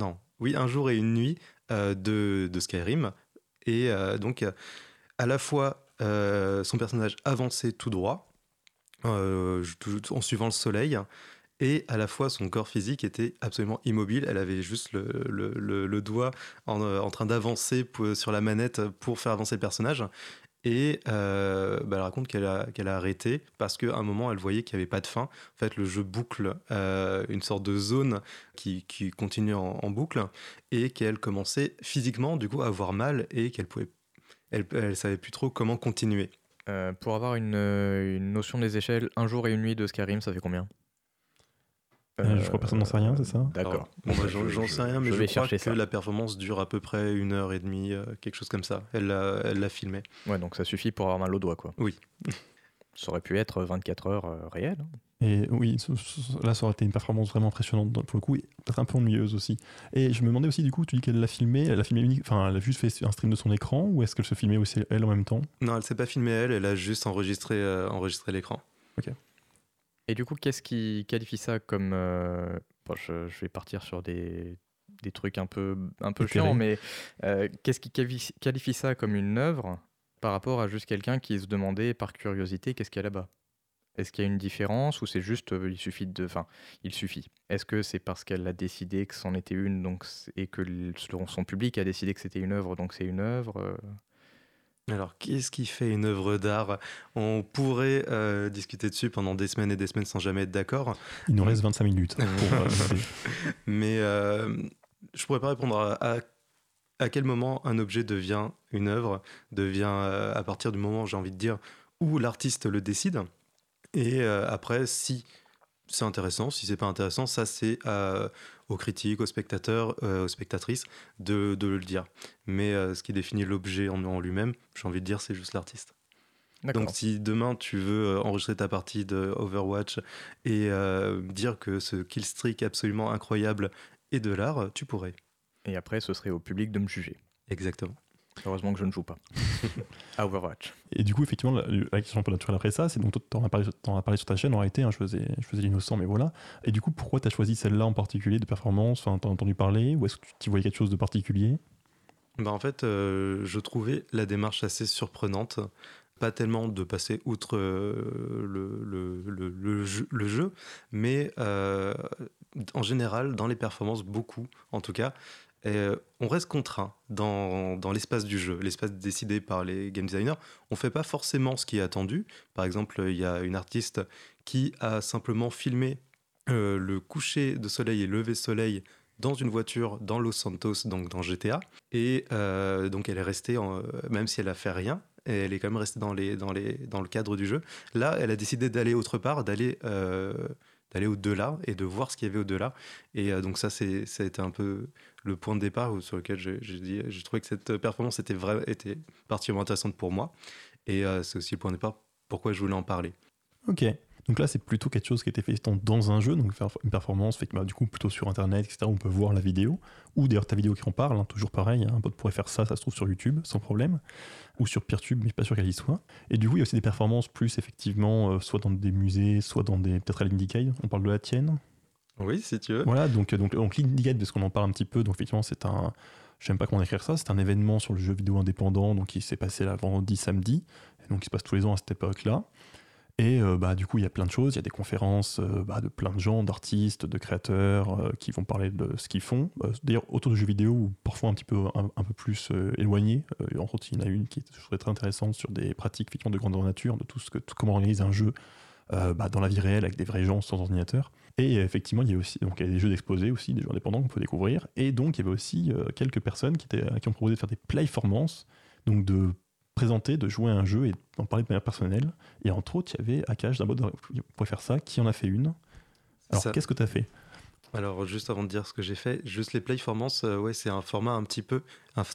nuit de Skyrim. Et donc à la fois son personnage avançait tout droit en suivant le soleil. Et à la fois, son corps physique était absolument immobile. Elle avait juste le doigt en train d'avancer sur la manette pour faire avancer le personnage. Et elle raconte qu'elle a arrêté parce qu'à un moment, elle voyait qu'il n'y avait pas de fin. En fait, le jeu boucle une sorte de zone qui continue en boucle et qu'elle commençait physiquement, du coup, à avoir mal et elle savait plus trop comment continuer.
Pour avoir une notion des échelles, un jour et une nuit de Skyrim, ça fait combien ?
Je crois que personne n'en sait rien, c'est ça ?
D'accord.
J'en sais rien, mais je crois que
ça.
la performance dure à peu près 1h30, quelque chose comme ça. Elle l'a filmé.
Ouais, donc ça suffit pour avoir mal au doigt, quoi.
Oui.
Ça aurait pu être 24 heures réelles.
Et oui, là, ça aurait été une performance vraiment impressionnante pour le coup, et peut-être un peu ennuyeuse aussi. Et je me demandais aussi, du coup, tu dis qu'elle l'a filmé unique, enfin, elle a juste fait un stream de son écran, ou est-ce qu'elle se filmait aussi elle en même temps ?
Non, elle s'est pas filmée elle a juste enregistré l'écran.
Ok.
Et du coup, qu'est-ce qui qualifie ça comme... je vais partir sur des trucs un peu chiants, mais qu'est-ce qui qualifie ça comme une œuvre par rapport à juste quelqu'un qui se demandait par curiosité qu'est-ce qu'il y a là-bas ? Est-ce qu'il y a une différence ou c'est juste il suffit. Est-ce que c'est parce qu'elle a décidé que c'en était une et que son public a décidé que c'était une œuvre, donc c'est une œuvre
Alors, qu'est-ce qui fait une œuvre d'art ? On pourrait discuter dessus pendant des semaines et des semaines sans jamais être d'accord.
Il nous reste 25 minutes.
Mais je pourrais pas répondre à quel moment un objet devient une œuvre, à partir du moment, j'ai envie de dire, où l'artiste le décide. Et après, si c'est intéressant, si c'est pas intéressant, ça c'est aux critiques, aux spectateurs, aux spectatrices de le dire. Mais ce qui définit l'objet en lui-même, j'ai envie de dire, c'est juste l'artiste.
D'accord.
Donc si demain tu veux enregistrer ta partie de Overwatch et dire que ce killstreak absolument incroyable est de l'art, tu pourrais.
Et après, ce serait au public de me juger.
Exactement.
Heureusement que je ne joue pas à Overwatch.
Et du coup, effectivement, la question un peu naturelle après ça, c'est donc toi, t'en as parlé sur ta chaîne, en réalité, hein, je faisais l'innocent, mais voilà. Et du coup, pourquoi t'as choisi celle-là en particulier de performance? Enfin, t'as entendu parler? Ou est-ce que tu voyais quelque chose de particulier?
En fait, je trouvais la démarche assez surprenante. Pas tellement de passer outre le jeu, mais en général, dans les performances, beaucoup en tout cas, on reste contraint dans l'espace du jeu, l'espace décidé par les game designers. On ne fait pas forcément ce qui est attendu. Par exemple, il y a une artiste qui a simplement filmé le coucher de soleil et le lever de soleil dans une voiture dans Los Santos, donc dans GTA. Et donc elle est restée, même si elle a fait rien, elle est quand même restée dans le cadre du jeu. Là, elle a décidé d'aller autre part, d'aller au-delà et de voir ce qu'il y avait au-delà. Et donc ça a été un peu le point de départ sur lequel j'ai trouvé que cette performance était particulièrement intéressante pour moi. Et c'est aussi le point de départ pourquoi je voulais en parler.
Ok. Donc là, c'est plutôt quelque chose qui a été fait dans un jeu, donc faire une performance, fait que, du coup, plutôt sur Internet, etc., on peut voir la vidéo, ou d'ailleurs ta vidéo qui en parle, hein, toujours pareil, un bot pourrait faire ça se trouve sur YouTube, sans problème, ou sur Peertube, mais je suis pas sûr qu'elle y soit. Et du coup, il y a aussi des performances plus, effectivement, soit dans des musées, soit dans peut-être à l'Indiecade, on parle de la tienne.
Oui, si tu veux.
Voilà, donc l'Indiecade, parce qu'on en parle un petit peu, donc effectivement, je sais même pas comment décrire ça, c'est un événement sur le jeu vidéo indépendant, donc qui s'est passé là vendredi, samedi, et donc qui se passe tous les ans à cette époque-là. Et du coup, il y a plein de choses. Il y a des conférences de plein de gens, d'artistes, de créateurs qui vont parler de ce qu'ils font. D'ailleurs, autour de jeux vidéo, ou parfois un petit peu, un peu plus éloignés. Entre autres, il y en a une qui est très intéressante sur des pratiques effectivement de grandeur nature, de comment on organise un jeu dans la vie réelle avec des vrais gens sans ordinateur. Et effectivement, il y a aussi il y a des jeux d'exposés aussi, des jeux indépendants qu'on peut découvrir. Et donc, il y avait aussi quelques personnes qui ont proposé de faire des playformances, donc de présenter, de jouer à un jeu et d'en parler de manière personnelle. Et entre autres, il y avait Akash d'un bot qui pourrait faire ça, qui en a fait une. Alors, qu'est-ce que tu as fait?
Alors, juste avant de dire ce que j'ai fait, juste les playformances, c'est un format un petit peu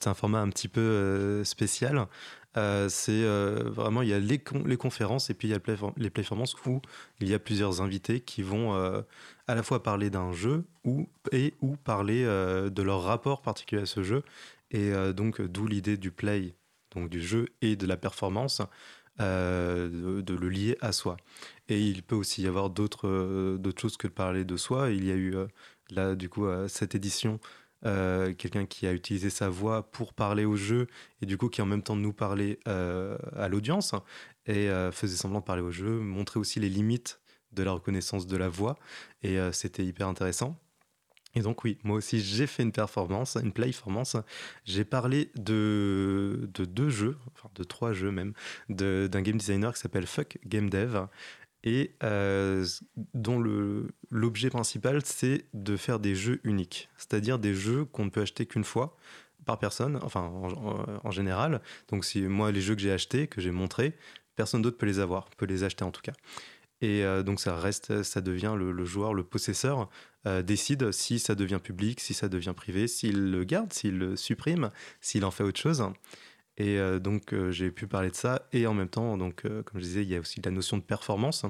spécial. C'est vraiment, il y a les conférences et puis il y a les playformances où il y a plusieurs invités qui vont à la fois parler d'un jeu ou parler de leur rapport particulier à ce jeu. Et donc, d'où l'idée du play, donc du jeu et de la performance, de le lier à soi. Et il peut aussi y avoir d'autres choses que de parler de soi. Il y a eu là du coup cette édition quelqu'un qui a utilisé sa voix pour parler au jeu et du coup qui en même temps nous parlait à l'audience et faisait semblant de parler au jeu, montrait aussi les limites de la reconnaissance de la voix et c'était hyper intéressant. Et donc oui, moi aussi j'ai fait une playformance. J'ai parlé de 2 jeux, enfin de 3 jeux même, d'un game designer qui s'appelle Fuck Game Dev et dont l'objet principal c'est de faire des jeux uniques, c'est-à-dire des jeux qu'on ne peut acheter qu'une fois par personne, enfin en général. Donc si moi les jeux que j'ai achetés, que j'ai montrés, personne d'autre peut les avoir, peut les acheter en tout cas. Et donc ça devient le joueur, le possesseur décide si ça devient public, si ça devient privé, s'il le garde, s'il le supprime, s'il en fait autre chose. Et donc j'ai pu parler de ça. Et en même temps, donc, comme je disais, il y a aussi la notion de performance.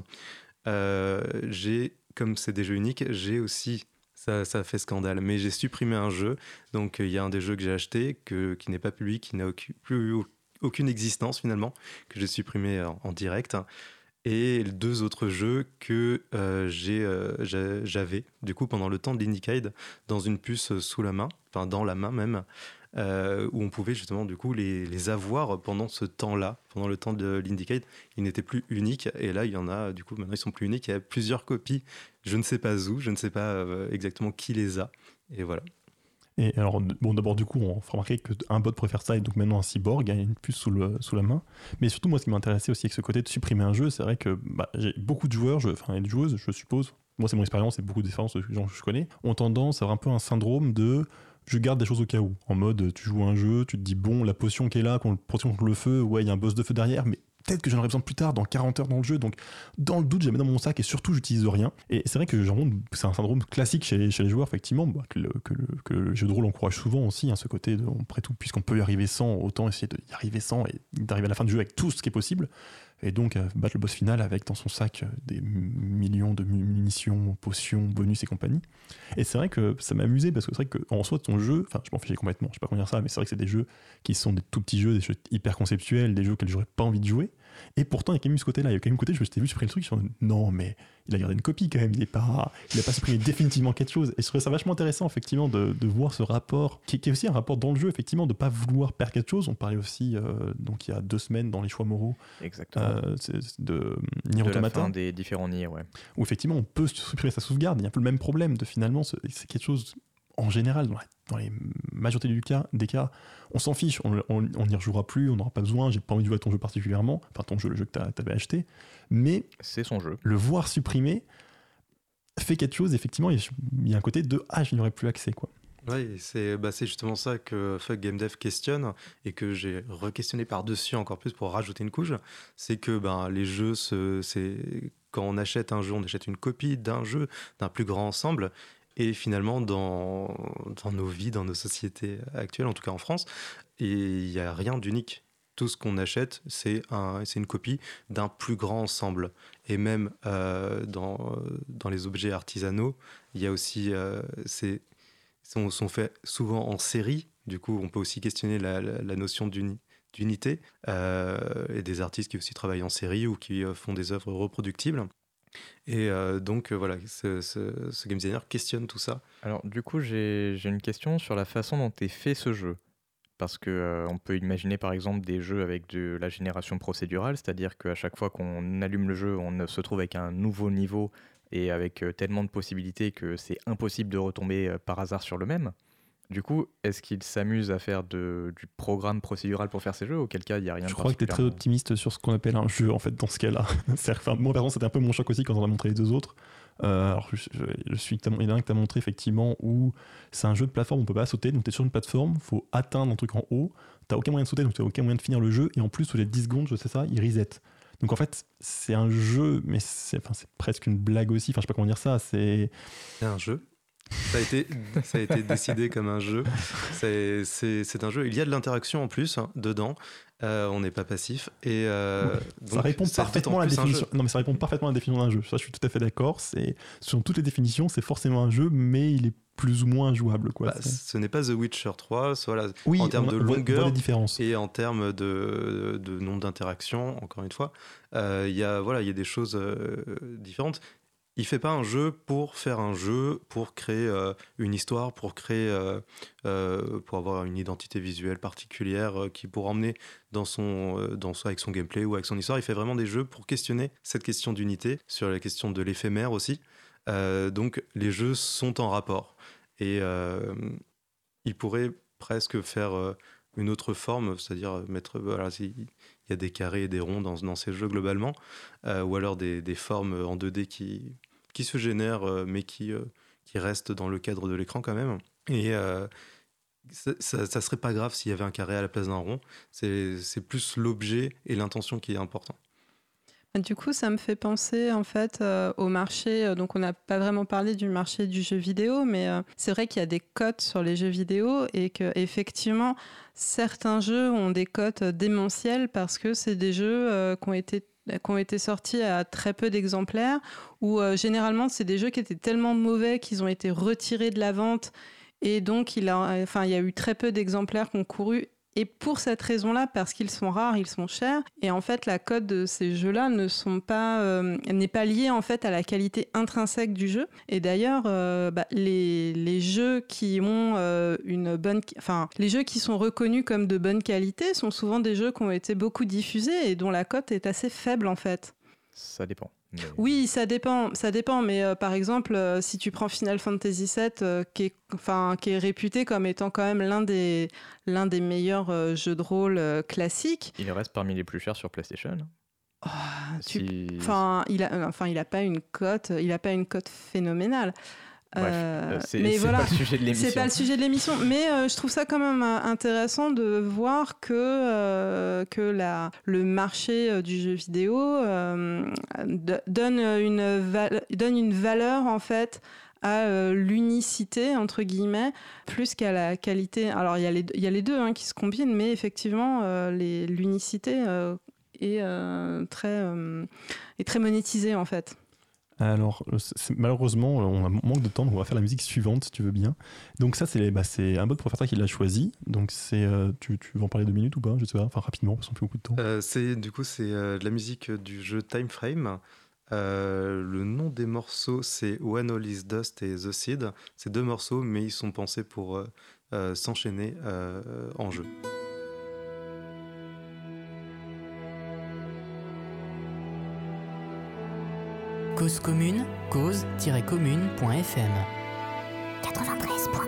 Comme c'est des jeux uniques, j'ai aussi, ça fait scandale, mais j'ai supprimé un jeu. Donc il y a un des jeux que j'ai acheté, qui n'est pas public, qui n'a plus aucune existence finalement, que j'ai supprimé en direct. Et 2 autres jeux que j'avais du coup pendant le temps de l'Indiecade dans une puce sous la main, enfin dans la main même, où on pouvait justement du coup les avoir pendant ce temps-là, pendant le temps de l'Indiecade. Ils n'étaient plus uniques et là il y en a du coup maintenant ils sont plus uniques, il y a plusieurs copies, je ne sais pas où, je ne sais pas exactement qui les a et voilà.
Et alors, bon, d'abord, du coup, on fera remarquer qu'un bot pourrait faire ça, et donc maintenant un cyborg a une puce sous la main. Mais surtout, moi, ce qui m'intéressait aussi avec ce côté de supprimer un jeu, c'est vrai que j'ai beaucoup de joueurs, et de joueuses, je suppose, moi c'est mon expérience et beaucoup d'expériences de gens que je connais, ont tendance à avoir un peu un syndrome de je garde des choses au cas où. En mode, tu joues à un jeu, tu te dis, bon, la potion qui est là, potion contre le feu, ouais, il y a un boss de feu derrière, mais peut-être que j'en aurai besoin plus tard, dans 40 heures dans le jeu, donc dans le doute, je la mets dans mon sac et surtout, j'utilise rien. Et c'est vrai que c'est un syndrome classique chez les joueurs, effectivement, que le jeu de rôle encourage souvent aussi, ce côté de, après tout, puisqu'on peut y arriver sans, autant essayer d'y arriver sans et d'arriver à la fin du jeu avec tout ce qui est possible. et donc battre le boss final avec dans son sac des millions de munitions, potions, bonus et compagnie. Et c'est vrai que ça m'a amusé parce que c'est vrai qu'en soi ton jeu, enfin je m'en fichais complètement, je sais pas comment dire ça, mais c'est vrai que c'est des jeux qui sont des tout petits jeux, des jeux hyper conceptuels, des jeux auxquels j'aurais pas envie de jouer. Et pourtant il y a quand même eu ce côté-là, il y a quand même côté, je m'étais vu supprimer le truc, je me suis dit non mais il a gardé une copie quand même, il a pas supprimé définitivement quelque chose. Et je trouvais ça vachement intéressant effectivement de voir ce rapport, qui est aussi un rapport dans le jeu effectivement, de pas vouloir perdre quelque chose. On parlait aussi donc il y a 2 semaines dans les choix moraux de Nier Automata,
la fin des différents Nier, ouais.
Où effectivement on peut supprimer sa sauvegarde, il y a un peu le même problème de finalement c'est quelque chose en général dans les majorités des cas on s'en fiche, on n'y rejouera plus, on n'aura pas besoin, j'ai pas envie de jouer à ton jeu particulièrement, enfin ton jeu, le jeu que t'avais acheté, mais
c'est son jeu,
le voir supprimé fait quelque chose. Effectivement il y a un côté de je n'y aurais plus accès quoi.
Oui, c'est justement ça que Fuck Game Dev questionne et que j'ai re-questionné par-dessus encore plus pour rajouter une couche. C'est que les jeux, quand on achète un jeu, on achète une copie d'un jeu, d'un plus grand ensemble. Et finalement, dans nos vies, dans nos sociétés actuelles, en tout cas en France, il n'y a rien d'unique. Tout ce qu'on achète, c'est une copie d'un plus grand ensemble. Et même dans les objets artisanaux, il y a aussi... sont faits souvent en série. Du coup, on peut aussi questionner la notion d'unité. Et des artistes qui aussi travaillent en série ou qui font des œuvres reproductibles. Et donc voilà, ce game designer questionne tout ça.
Alors du coup, j'ai une question sur la façon dont est fait ce jeu. Parce qu'on peut imaginer par exemple des jeux avec de la génération procédurale, c'est-à-dire qu'à chaque fois qu'on allume le jeu, on se trouve avec un nouveau niveau et avec tellement de possibilités que c'est impossible de retomber par hasard sur le même. Du coup, est-ce qu'il s'amuse à faire du programme procédural pour faire ces jeux, auquel cas il n'y a rien de particulièrement...
Je crois que tu es très optimiste sur ce qu'on appelle un jeu, en fait, dans ce cas-là. Moi, par exemple, c'était un peu mon choc aussi quand on a montré les 2 autres. Alors, il y en a un que tu as montré, effectivement, où c'est un jeu de plateforme, on peut pas sauter, donc tu es sur une plateforme, il faut atteindre un truc en haut, tu n'as aucun moyen de sauter, donc tu n'as aucun moyen de finir le jeu, et en plus, tous les 10 secondes, je sais ça, il reset. Donc en fait, c'est un jeu, mais c'est presque une blague aussi, je sais pas comment dire ça, c'est
un jeu. Ça a été décidé comme un jeu. C'est un jeu. Il y a de l'interaction en plus dedans. On n'est pas passif. Et
ça répond parfaitement à la définition. Non, mais ça répond parfaitement à la définition d'un jeu. Ça, je suis tout à fait d'accord. Selon toutes les définitions, c'est forcément un jeu, mais il est plus ou moins jouable, quoi.
Ce n'est pas The Witcher 3.
Oui,
en termes de longueur
et
en termes de nombre d'interactions, encore une fois, il y a des choses différentes. Il fait pas un jeu pour faire un jeu, pour créer une histoire, pour avoir une identité visuelle particulière qui pourra emmener avec son gameplay ou avec son histoire. Il fait vraiment des jeux pour questionner cette question d'unité, sur la question de l'éphémère aussi. Donc les jeux sont en rapport. Et il pourrait presque faire une autre forme, c'est-à-dire il y a des carrés et des ronds dans ces jeux globalement, ou alors des formes en 2D qui se génèrent, mais qui restent dans le cadre de l'écran quand même. Et ça serait pas grave s'il y avait un carré à la place d'un rond. C'est plus l'objet et l'intention qui est important.
Du coup, ça me fait penser en fait au marché. Donc, on n'a pas vraiment parlé du marché du jeu vidéo, mais c'est vrai qu'il y a des cotes sur les jeux vidéo et que effectivement, certains jeux ont des cotes démentielles parce que c'est des jeux qui ont été sortis à très peu d'exemplaires, où généralement, c'est des jeux qui étaient tellement mauvais qu'ils ont été retirés de la vente, et donc il y a eu très peu d'exemplaires qui ont couru. Et pour cette raison-là, parce qu'ils sont rares, ils sont chers. Et en fait, la cote de ces jeux-là n'est pas liée en fait à la qualité intrinsèque du jeu. Et d'ailleurs, les jeux qui ont les jeux qui sont reconnus comme de bonne qualité sont souvent des jeux qui ont été beaucoup diffusés et dont la cote est assez faible en fait.
Ça dépend. Mais...
Oui, ça dépend. Mais par exemple, si tu prends Final Fantasy VII, qui est réputé comme étant quand même l'un des meilleurs jeux de rôle classiques.
Il reste parmi les plus chers sur PlayStation.
Il a pas une cote phénoménale.
Bref, c'est
voilà,
pas le sujet de l'émission.
C'est pas le sujet de l'émission, mais je trouve ça quand même intéressant de voir que le marché du jeu vidéo donne une valeur en fait à l'unicité entre guillemets plus qu'à la qualité. Alors il y a les deux qui se combinent, mais effectivement l'unicité et très monétisé en fait.
Alors, malheureusement, on a manque de temps, donc on va faire la musique suivante si tu veux bien. Donc ça, c'est un bot professeur qui l'a choisi. Donc tu veux en parler 2 minutes ou pas? Je sais pas, enfin rapidement, parce qu'on n'a plus beaucoup de temps.
C'est de la musique du jeu Time Frame. Le nom des morceaux, c'est When All Is Dust et The Seed. C'est 2 morceaux, mais ils sont pensés pour s'enchaîner en jeu.
Cause commune, cause-commune.fm
93.1.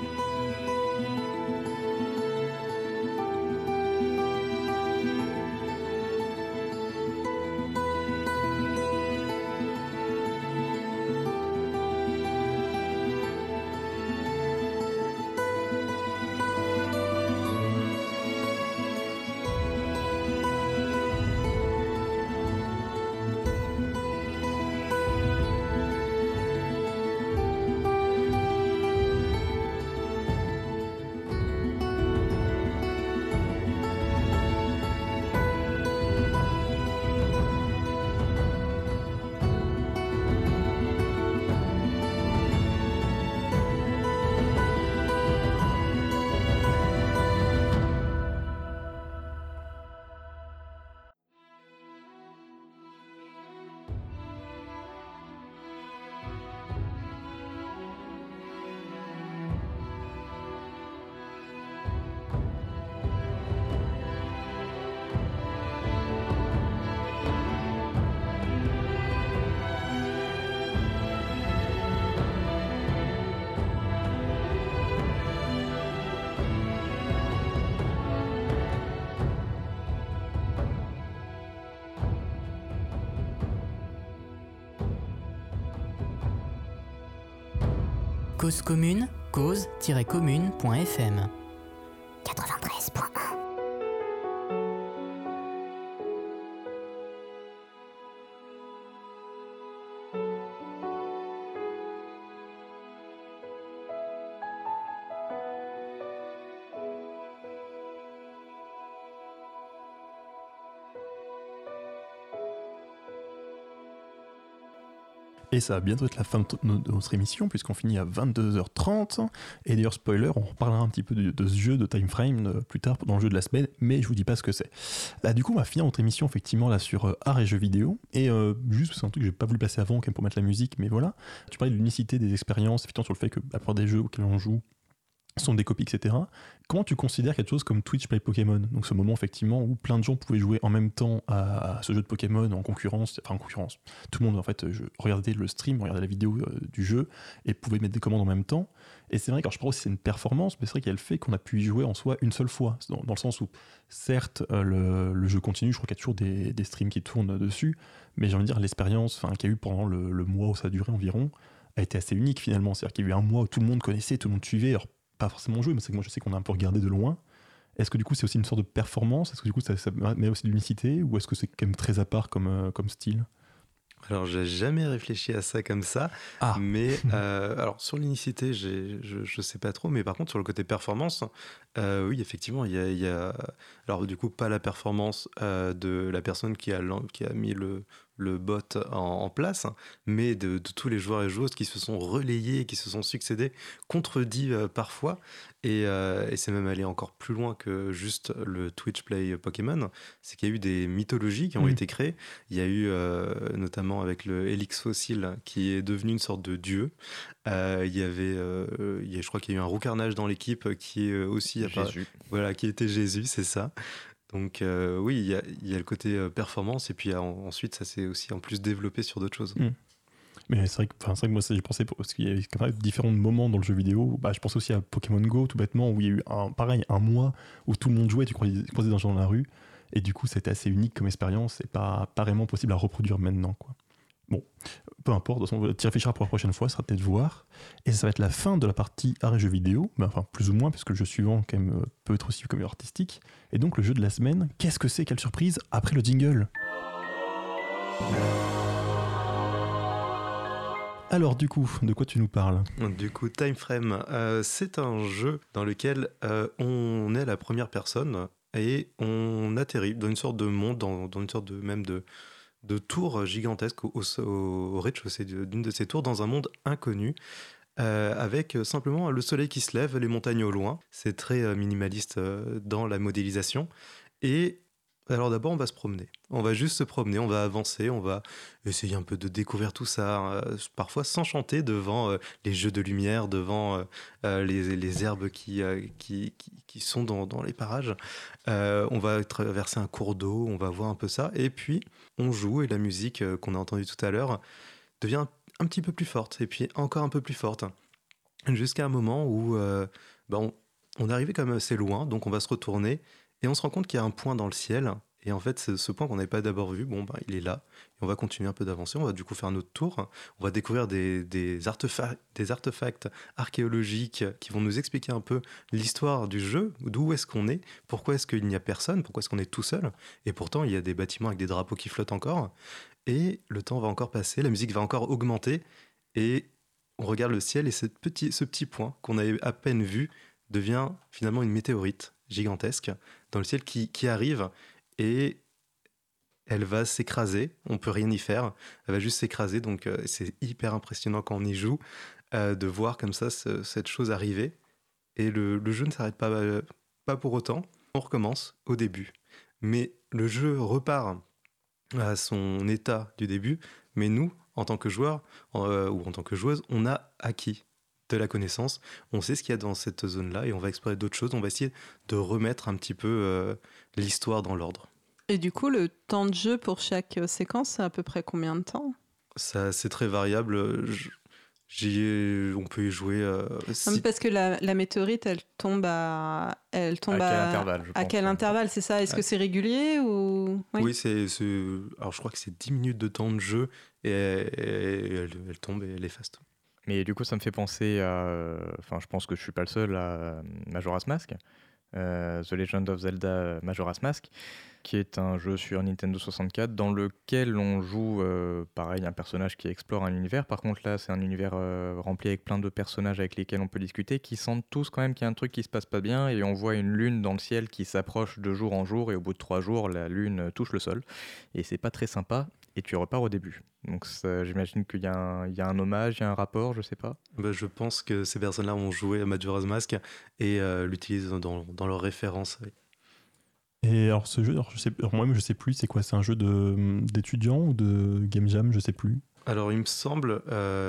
Cause commune, cause-commune.fm
93.1.
Et ça va bientôt être la fin de notre émission, puisqu'on finit à 22h30. Et d'ailleurs, spoiler, on reparlera un petit peu de ce jeu de Time Frame plus tard dans le jeu de la semaine, mais je vous dis pas ce que c'est. Là, du coup, on va finir notre émission effectivement là sur art et jeux vidéo. Et juste, c'est un truc que j'ai pas voulu passer avant, quand même, pour mettre la musique, mais voilà. Tu parlais de l'unicité des expériences, effectivement, sur le fait que la plupart des jeux auxquels on joue sont des copies, etc. Comment tu considères quelque chose comme Twitch Play Pokémon? Donc ce moment effectivement où plein de gens pouvaient jouer en même temps à ce jeu de Pokémon en concurrence, tout le monde en fait regardait le stream, regardait la vidéo du jeu et pouvait mettre des commandes en même temps. Et c'est vrai que je sais pas si c'est une performance, mais c'est vrai qu'il y a le fait qu'on a pu y jouer en soi une seule fois, dans le sens où certes le jeu continue, je crois qu'il y a toujours des streams qui tournent dessus, mais j'ai envie de dire l'expérience qu'il y a eu pendant le mois où ça a duré environ a été assez unique finalement. C'est-à-dire qu'il y a eu un mois où tout le monde connaissait, tout le monde suivait, alors pas forcément jouer, mais c'est que moi je sais qu'on a un peu regardé de loin. Est-ce que du coup c'est aussi une sorte de performance? Est-ce que du coup ça met aussi de l'unicité? Ou est-ce que c'est quand même très à part comme style?
Alors j'ai jamais réfléchi à ça comme ça, mais alors sur l'unicité je sais pas trop, mais par contre sur le côté performance, oui effectivement il y a alors du coup pas la performance de la personne qui a mis le bot en place, mais de tous les joueurs et joueuses qui se sont relayés, qui se sont succédés, contredits parfois, et c'est même allé encore plus loin que juste le Twitch Play Pokémon. C'est qu'il y a eu des mythologies qui ont été créées. Il y a eu notamment avec le Helix Fossile qui est devenu une sorte de dieu. Il y avait, je crois qu'il y a eu un Roucarnage dans l'équipe qui est aussi
Jésus.
Voilà, qui était Jésus, c'est ça. Donc oui, il y a le côté performance, et puis ensuite ça s'est aussi en plus développé sur d'autres choses.
Mais c'est vrai que moi j'ai pensé, parce qu'il y avait quand même différents moments dans le jeu vidéo. Je pense aussi à Pokémon Go tout bêtement, où il y a eu un mois où tout le monde jouait, tu croisais des gens dans la rue, et du coup c'était assez unique comme expérience, c'est pas vraiment possible à reproduire maintenant, quoi. Bon, peu importe, de toute façon, tu réfléchiras pour la prochaine fois, ça sera peut-être voir. Et ça va être la fin de la partie art et jeux vidéo, enfin plus ou moins, puisque le jeu suivant quand même peut être aussi comme artistique. Et donc le jeu de la semaine, qu'est-ce que c'est? Quelle surprise après le jingle? Alors du coup, de quoi tu nous parles?
Du coup, Time Frame, c'est un jeu dans lequel on est la première personne et on atterrit dans une sorte de monde, dans une sorte de tour gigantesque au rez-de-chaussée d'une de ces tours, dans un monde inconnu, avec simplement le soleil qui se lève, les montagnes au loin. C'est très minimaliste dans la modélisation. Et alors d'abord, on va se promener. On va juste se promener, on va avancer, on va essayer un peu de découvrir tout ça, parfois s'enchanter devant les jeux de lumière, devant les herbes qui sont dans les parages. On va traverser un cours d'eau, on va voir un peu ça, et puis on joue, et la musique qu'on a entendue tout à l'heure devient un petit peu plus forte, et puis encore un peu plus forte, jusqu'à un moment où on est arrivé quand même assez loin, donc on va se retourner, et on se rend compte qu'il y a un point dans le ciel, et en fait, ce point qu'on n'avait pas d'abord vu, il est là, et on va continuer un peu d'avancer, on va du coup faire notre tour, on va découvrir des artefacts archéologiques qui vont nous expliquer un peu l'histoire du jeu, d'où est-ce qu'on est, pourquoi est-ce qu'il n'y a personne, pourquoi est-ce qu'on est tout seul, et pourtant il y a des bâtiments avec des drapeaux qui flottent encore, et le temps va encore passer, la musique va encore augmenter, et on regarde le ciel, et ce petit point qu'on avait à peine vu devient finalement une météorite gigantesque dans le ciel qui arrive, et elle va s'écraser, on peut rien y faire, elle va juste s'écraser, donc c'est hyper impressionnant quand on y joue, de voir comme ça cette chose arriver, et le jeu ne s'arrête pas pour autant, on recommence au début, mais le jeu repart à son état du début, mais nous, en tant que joueurs ou en tant que joueuse, on a acquis de la connaissance, on sait ce qu'il y a dans cette zone-là, et on va explorer d'autres choses, on va essayer de remettre un petit peu l'histoire dans l'ordre.
Et du coup, le temps de jeu pour chaque séquence, c'est à peu près combien de temps ?
Ça, c'est très variable. On peut y jouer.
Parce que la météorite, elle tombe à quel
intervalle, je pense.
À quel intervalle, c'est ça ? Est-ce que c'est régulier ou...
Oui, alors je crois que c'est 10 minutes de temps de jeu, et elle tombe et elle efface tout.
Mais du coup, ça me fait penser à... Enfin, je pense que je suis pas le seul à Majora's Mask. The Legend of Zelda Majora's Mask, qui est un jeu sur Nintendo 64 dans lequel on joue, pareil, un personnage qui explore un univers. Par contre, là, c'est un univers rempli avec plein de personnages avec lesquels on peut discuter, qui sentent tous quand même qu'il y a un truc qui se passe pas bien, et on voit une lune dans le ciel qui s'approche de jour en jour, et au bout de 3 jours, la lune touche le sol. Et c'est pas très sympa, et tu repars au début. Donc ça, j'imagine qu'il y a un hommage, il y a un rapport, je sais pas.
Je pense que ces personnes-là ont joué à Majora's Mask et l'utilisent dans leurs références.
Et alors ce jeu, moi-même je sais plus, c'est quoi ? C'est un jeu d'étudiants ou de game jam ? Je sais plus.
Alors il me semble,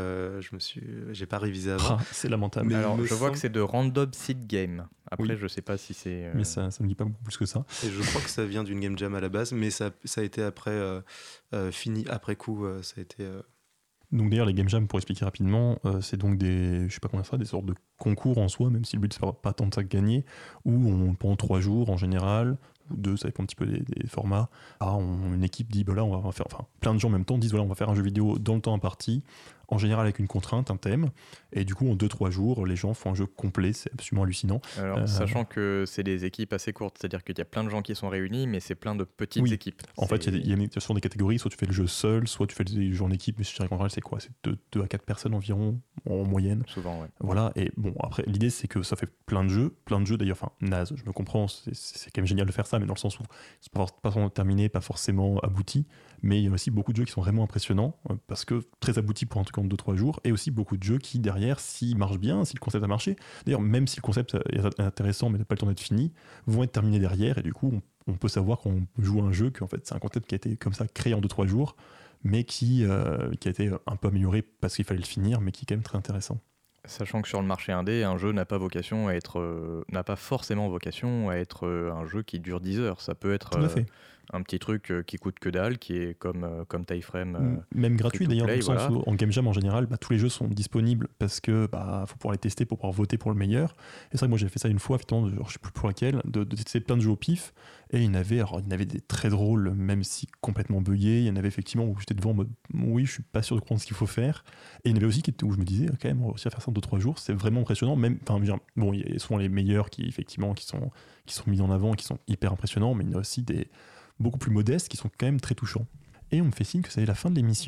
j'ai pas révisé avant.
C'est lamentable.
Mais
alors je vois que c'est de Random Seed Game. Après, je sais pas si c'est.
Mais ça me dit pas beaucoup plus que ça.
Et je crois que ça vient d'une game jam à la base, mais ça a été après fini après coup. Ça a été.
Donc d'ailleurs les game jams, pour expliquer rapidement, c'est donc des sortes de concours en soi, même si le but c'est pas tant de ça que gagner, où pendant 3 jours en général, ou 2, ça dépend un petit peu des formats, une équipe dit là on va faire, plein de gens en même temps disent voilà on va faire un jeu vidéo dans le temps imparti, en général avec une contrainte, un thème, et du coup en 2-3 jours les gens font un jeu complet, c'est absolument hallucinant.
Alors, sachant que c'est des équipes assez courtes, c'est-à-dire qu'il y a plein de gens qui sont réunis, mais c'est plein de petites équipes.
En fait il y a souvent des catégories, soit tu fais le jeu seul, soit tu fais le jeu en équipe, mais je dirais qu'en général c'est quoi ? C'est 2 à 4 personnes environ en moyenne.
Souvent, ouais.
Voilà, et bon après l'idée c'est que ça fait plein de jeux d'ailleurs, naze, je me comprends, c'est quand même génial de faire ça, mais dans le sens où c'est pas forcément terminé, pas forcément abouti, mais il y a aussi beaucoup de jeux qui sont vraiment impressionnants, parce que très aboutis pour un truc en 2-3 jours, et aussi beaucoup de jeux qui derrière, s'ils marchent bien, si le concept a marché, d'ailleurs même si le concept est intéressant mais n'a pas le temps d'être fini, vont être terminés derrière, et du coup on peut savoir quand on joue à un jeu qu'en fait c'est un concept qui a été comme ça créé en 2-3 jours, mais qui a été un peu amélioré parce qu'il fallait le finir, mais qui est quand même très intéressant.
Sachant que sur le marché indé, un jeu n'a pas forcément vocation à être un jeu qui dure 10 heures. Ça peut être un petit truc qui coûte que dalle, qui est comme Typeframe.
Même gratuit d'ailleurs, dans le sens où en game jam en général, tous les jeux sont disponibles parce que faut pouvoir les tester pour pouvoir voter pour le meilleur. Et c'est vrai que moi j'ai fait ça une fois, effectivement, je sais plus pour laquelle, de tester plein de jeux au pif. Et il y en avait des très drôles, même si complètement buggés. Il y en avait effectivement où j'étais devant en mode oui, je suis pas sûr de comprendre ce qu'il faut faire. Et il y en avait aussi où je me disais quand même, réussir à faire ça en 2-3 jours, c'est vraiment impressionnant. Même, bon, il y a souvent les meilleurs qui sont mis en avant, qui sont hyper impressionnants, mais il y en a aussi des beaucoup plus modestes qui sont quand même très touchants. Et on me fait signe que c'est la fin de l'émission.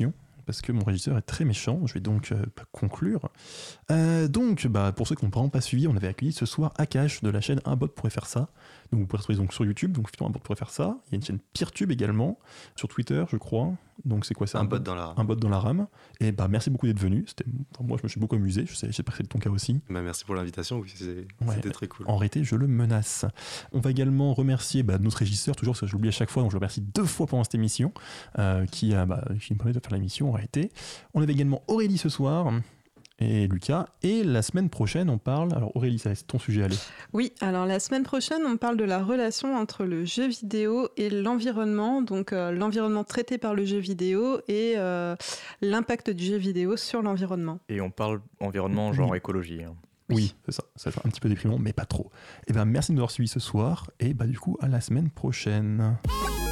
parce que mon régisseur est très méchant. Je vais donc conclure. Donc, pour ceux qui n'ont vraiment pas suivi, on avait accueilli ce soir Akash de la chaîne Un Bot pourrait faire ça. Donc vous pouvez retrouver donc sur YouTube, donc Un Bot pourrait faire ça. Il y a une chaîne Peertube également, sur Twitter, je crois. Donc c'est quoi ça?
Un bot dans la rame.
Un bot dans la rame. Et merci beaucoup d'être venu. Moi, je me suis beaucoup amusé. J'espère que c'est ton cas aussi.
Merci pour l'invitation, oui, c'était très cool.
En réalité, je le menace. On va également remercier notre régisseur, toujours, parce que je l'oublie à chaque fois, donc je le remercie 2 fois pendant cette émission, qui me permet de faire l'émission en réalité. On avait également Aurélie ce soir, et Lucas, et la semaine prochaine, on parle... Alors Aurélie, ça c'est ton sujet, allez.
Oui, alors la semaine prochaine, on parle de la relation entre le jeu vidéo et l'environnement, donc l'environnement traité par le jeu vidéo et l'impact du jeu vidéo sur l'environnement.
Et on parle environnement genre écologie. Hein.
Oui, c'est ça. Ça va être un petit peu déprimant, mais pas trop. Merci de nous avoir suivis ce soir, et du coup, à la semaine prochaine.